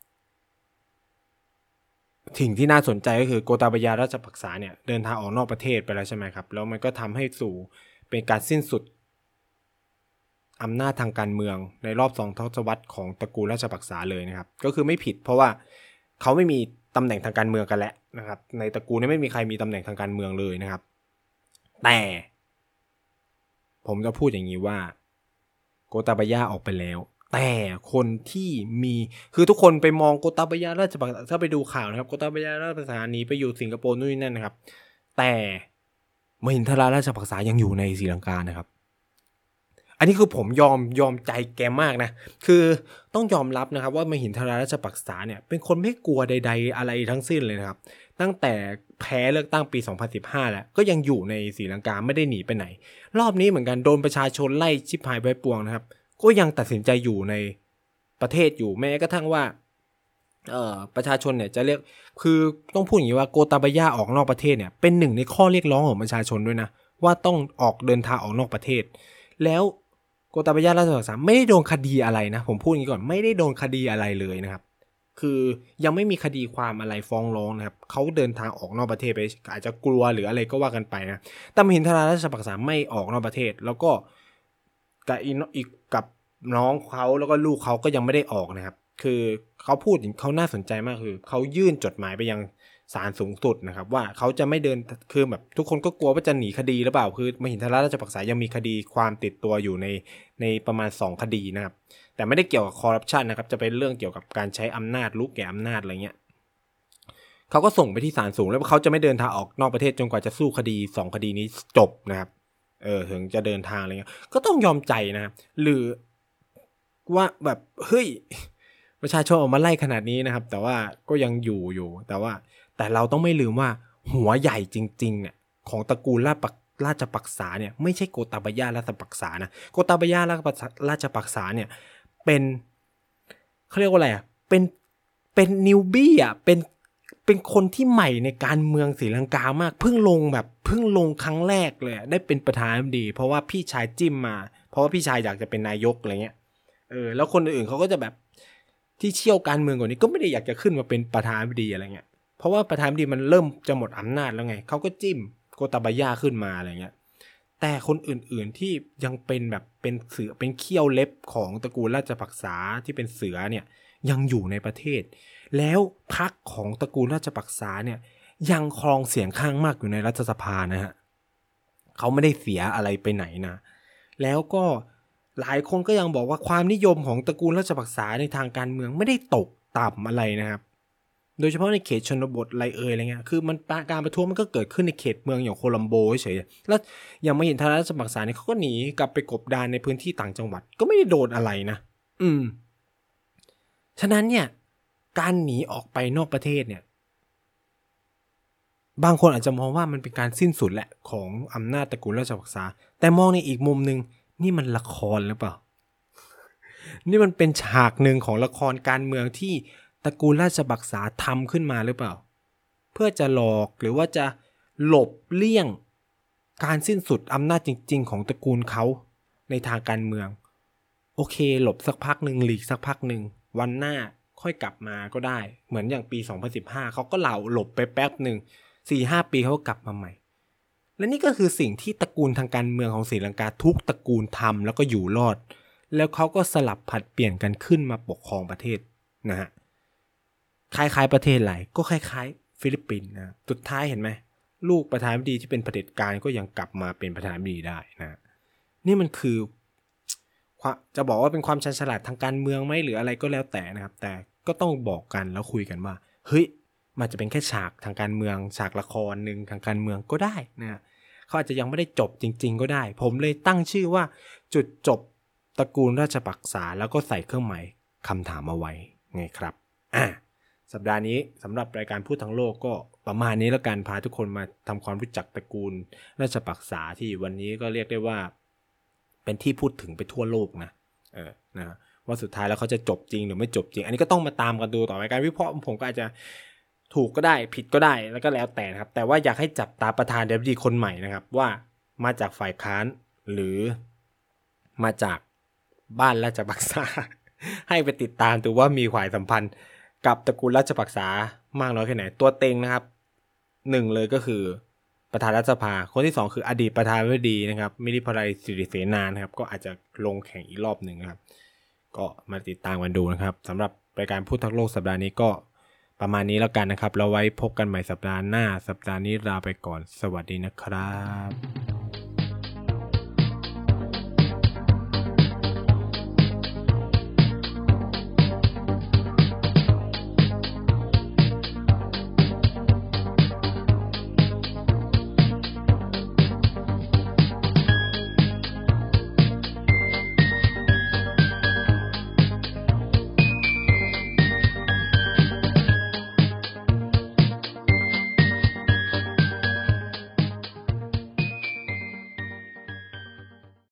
สิ่งที่น่าสนใจก็คือโกตาบายาราชปักษาเนี่ยเดินทางออกนอกประเทศไปแล้วใช่ไหมครับแล้วมันก็ทำให้สู่เป็นการสิ้นสุดอำนาจทางการเมืองในรอบ2 ทศวรรษของตระกูลราชปักษาเลยนะครับก็คือไม่ผิดเพราะว่าเขาไม่มีตำแหน่งทางการเมืองกันแล้วนะครับในตระกูลนี้ไม่มีใครมีตำแหน่งทางการเมืองเลยนะครับแต่ผมจะพูดอย่างนี้ว่าโกตาบายาออกไปแล้วแต่คนที่มีคือทุกคนไปมองโกตาบายาราชปักษาถ้าไปดูข่าวนะครับโกตาบายาราชปักษาหนีไปอยู่สิงคโปร์นู่นนี่นั่นนะครับแต่มหินทราราชปักษายังอยู่ในศรีลังกานะครับอันนี้คือผมยอมใจแกมากนะคือต้องยอมรับนะครับว่ามหินทราราชปักษาเนี่ยเป็นคนไม่กลัวใดๆอะไรทั้งสิ้นเลยนะครับตั้งแต่แพ้เลือกตั้งปี2015แล้วก็ยังอยู่ในศรีลังกาไม่ได้หนีไปไหนรอบนี้เหมือนกันโดนประชาชนไล่ชิบหายไปปวงนะครับก็ยังตัดสินใจอยู่ในประเทศอยู่แม้กระทั่งว่าประชาชนเนี่ยจะเรียกคือต้องพูดอย่างนี้ว่าโกตาบายาออกนอกประเทศเนี่ยเป็นหนึ่งในข้อเรียกร้องของประชาชนด้วยนะว่าต้องออกเดินทางออกนอกประเทศแล้วโกตาบายาราชปักษาไม่ได้โดนคดีอะไรนะผมพูดอย่างนี้ก่อนไม่ได้โดนคดีอะไรเลยนะครับคือยังไม่มีคดีความอะไรฟ้องร้องนะครับเขาเดินทางออกนอกประเทศไปอาจจะกลัวหรืออะไรก็ว่ากันไปนะแต่มหินทราราชปักษาไม่ออกนอกประเทศแล้วก็กับน้องเขาแล้วก็ลูกเขาก็ยังไม่ได้ออกนะครับคือเขาพูดเขาน่าสนใจมากคือเขายื่นจดหมายไปยังศาลสูงสุดนะครับว่าเขาจะไม่เดินคือแบบทุกคนก็กลัวว่าจะหนีคดีหรือเปล่าคือมหินทราชปักษายังมีคดีความติดตัวอยู่ในประมาณ2คดีนะครับแต่ไม่ได้เกี่ยวกับคอร์รัปชันนะครับจะเป็นเรื่องเกี่ยวกับการใช้อำนาจลุกแก่อำนาจอะไรเงี้ยเขาก็ส่งไปที่ศาลสูงแล้วเขาจะไม่เดินทางออกนอกประเทศจนกว่าจะสู้คดี2คดีนี้จบนะครับถึงจะเดินทางอะไรเงี้ยก็ต้องยอมใจนะครับหรือว่าแบบเฮ้ยประชาชนออกมาไล่ขนาดนี้นะครับแต่ว่าก็ยังอยู่แต่เราต้องไม่ลืมว่าหัวใหญ่จริงๆเนี่ยของตระกูลราชปักษาเนี่ยไม่ใช่โกตาบายาราชปักษานะโกตาบายาราชปักษาเนี่ยเป็นเขาเรียกว่าอะไรอ่ะเป็นนิวบี้อ่ะเป็นคนที่ใหม่ในการเมืองศรีลังกามากเพิ่งลงครั้งแรกเลยได้เป็นประธานาธิบดีเพราะว่าพี่ชายจิ้มมาเพราะว่าพี่ชายอยากจะเป็นนายกอะไรเงี้ยแล้วคนอื่นเขาก็จะแบบที่เชี่ยวการเมืองกว่านี้ก็ไม่ได้อยากจะขึ้นมาเป็นประธานาธิบดีอะไรเงี้ยเพราะว่าประธานาธิบดีมันเริ่มจะหมดอำนาจแล้วไงเขาก็จิ้มโกตาบายาขึ้นมาอะไรเงี้ยแต่คนอื่นๆที่ยังเป็นแบบเป็นเสือเป็นเขี้ยวเล็บของตระกูลราชปักษาที่เป็นเสือเนี่ยยังอยู่ในประเทศแล้วพรรคของตระกูลราชปักษาเนี่ยยังครองเสียงข้างมากอยู่ในรัฐสภานะฮะเขาไม่ได้เสียอะไรไปไหนนะแล้วก็หลายคนก็ยังบอกว่าความนิยมของตระกูลราชปักษาในทางการเมืองไม่ได้ตกต่ำอะไรนะครับโดยเฉพาะในเขตชนบทอะไรเงี้ยคือมันการประท้วงมันก็เกิดขึ้นในเขตเมืองอย่างโคลัมโบเฉยๆแล้วยังไม่เห็นทาราชปักษาเนี่ยเขาก็หนีกลับไปกบดานในพื้นที่ต่างจังหวัดก็ไม่ได้โดนอะไรนะฉะนั้นเนี่ยการหนีออกไปนอกประเทศเนี่ยบางคนอาจจะมองว่ามันเป็นการสิ้นสุดแหละของอำนาจตระกูลราชปักษาแต่มองในอีกมุมนึงนี่มันละครหรือเปล่านี่มันเป็นฉากหนึ่งของละครการเมืองที่ตระกูลราชปักษาทำขึ้นมาหรือเปล่าเพื่อจะหลอกหรือว่าจะหลบเลี่ยงการสิ้นสุดอำนาจจริงๆของตระกูลเขาในทางการเมืองโอเคหลบสักพักหนึ่งหลีกสักพักหนึ่งวันหน้าค่อยกลับมาก็ได้เหมือนอย่างปี2015เขาก็หลบไปแป๊บหนึ่ง 4-5 ปีเขาก็กลับมาใหม่และนี่ก็คือสิ่งที่ตระกูลทางการเมืองของศรีลังกาทุกตระกูลทำแล้วก็อยู่รอดแล้วเขาก็สลับผัดเปลี่ยนกันขึ้นมาปกครองประเทศนะฮะคล้ายๆประเทศไหนก็คล้ายๆฟิลิปปินส์นะสุดท้ายเห็นไหมลูกประธานาธิบดีที่เป็นเผด็จการก็ยังกลับมาเป็นประธานาธิบดีได้นะนี่มันคือจะบอกว่าเป็นความชันฉลาดทางการเมืองไหมหรืออะไรก็แล้วแต่นะครับแต่ก็ต้องบอกกันแล้วคุยกันว่าเฮ้ยมันจะเป็นแค่ฉากทางการเมืองฉากละครหนึ่งทางการเมืองก็ได้นะเขาอาจจะยังไม่ได้จบจริงๆก็ได้ผมเลยตั้งชื่อว่าจุดจบตระกูลราชปักษาแล้วก็ใส่เครื่องหมายคำถามเอาไว้ไงครับสัปดาห์นี้สำหรับรายการพูดทั้งโลกก็ประมาณนี้แล้วกันพาทุกคนมาทำความรู้จักตระกูลราชปักษาที่วันนี้ก็เรียกได้ว่าเป็นที่พูดถึงไปทั่วโลกนะว่าสุดท้ายแล้วเขาจะจบจริงหรือไม่จบจริงอันนี้ก็ต้องมาตามกันดูต่อไปการวิเคราะห์ผมก็อาจจะถูกก็ได้ผิดก็ได้แล้วก็แล้วแต่นะครับแต่ว่าอยากให้จับตาประธานาธิบดีคนใหม่นะครับว่ามาจากฝ่ายค้านหรือมาจากบ้านราชปักษา ให้ไปติดตามดูว่ามีความสัมพันธ์กับตระกูลราชปักษามากน้อยแค่ไหนตัวเต็งนะครับ1เลยก็คือประธานรัฐสภาคนที่2คืออดีตประธานาธิบดีนะครับมิตรภรัยสิริเสนานะครับก็อาจจะลงแข่งอีกรอบหนึ่งนะครับก็มาติดตามกันดูนะครับสำหรับรายการพูดทั้งโลกสัปดาห์นี้ก็ประมาณนี้แล้วกันนะครับแล้วไว้พบกันใหม่สัปดาห์หน้าสัปดาห์นี้ลาไปก่อนสวัสดีนะครับ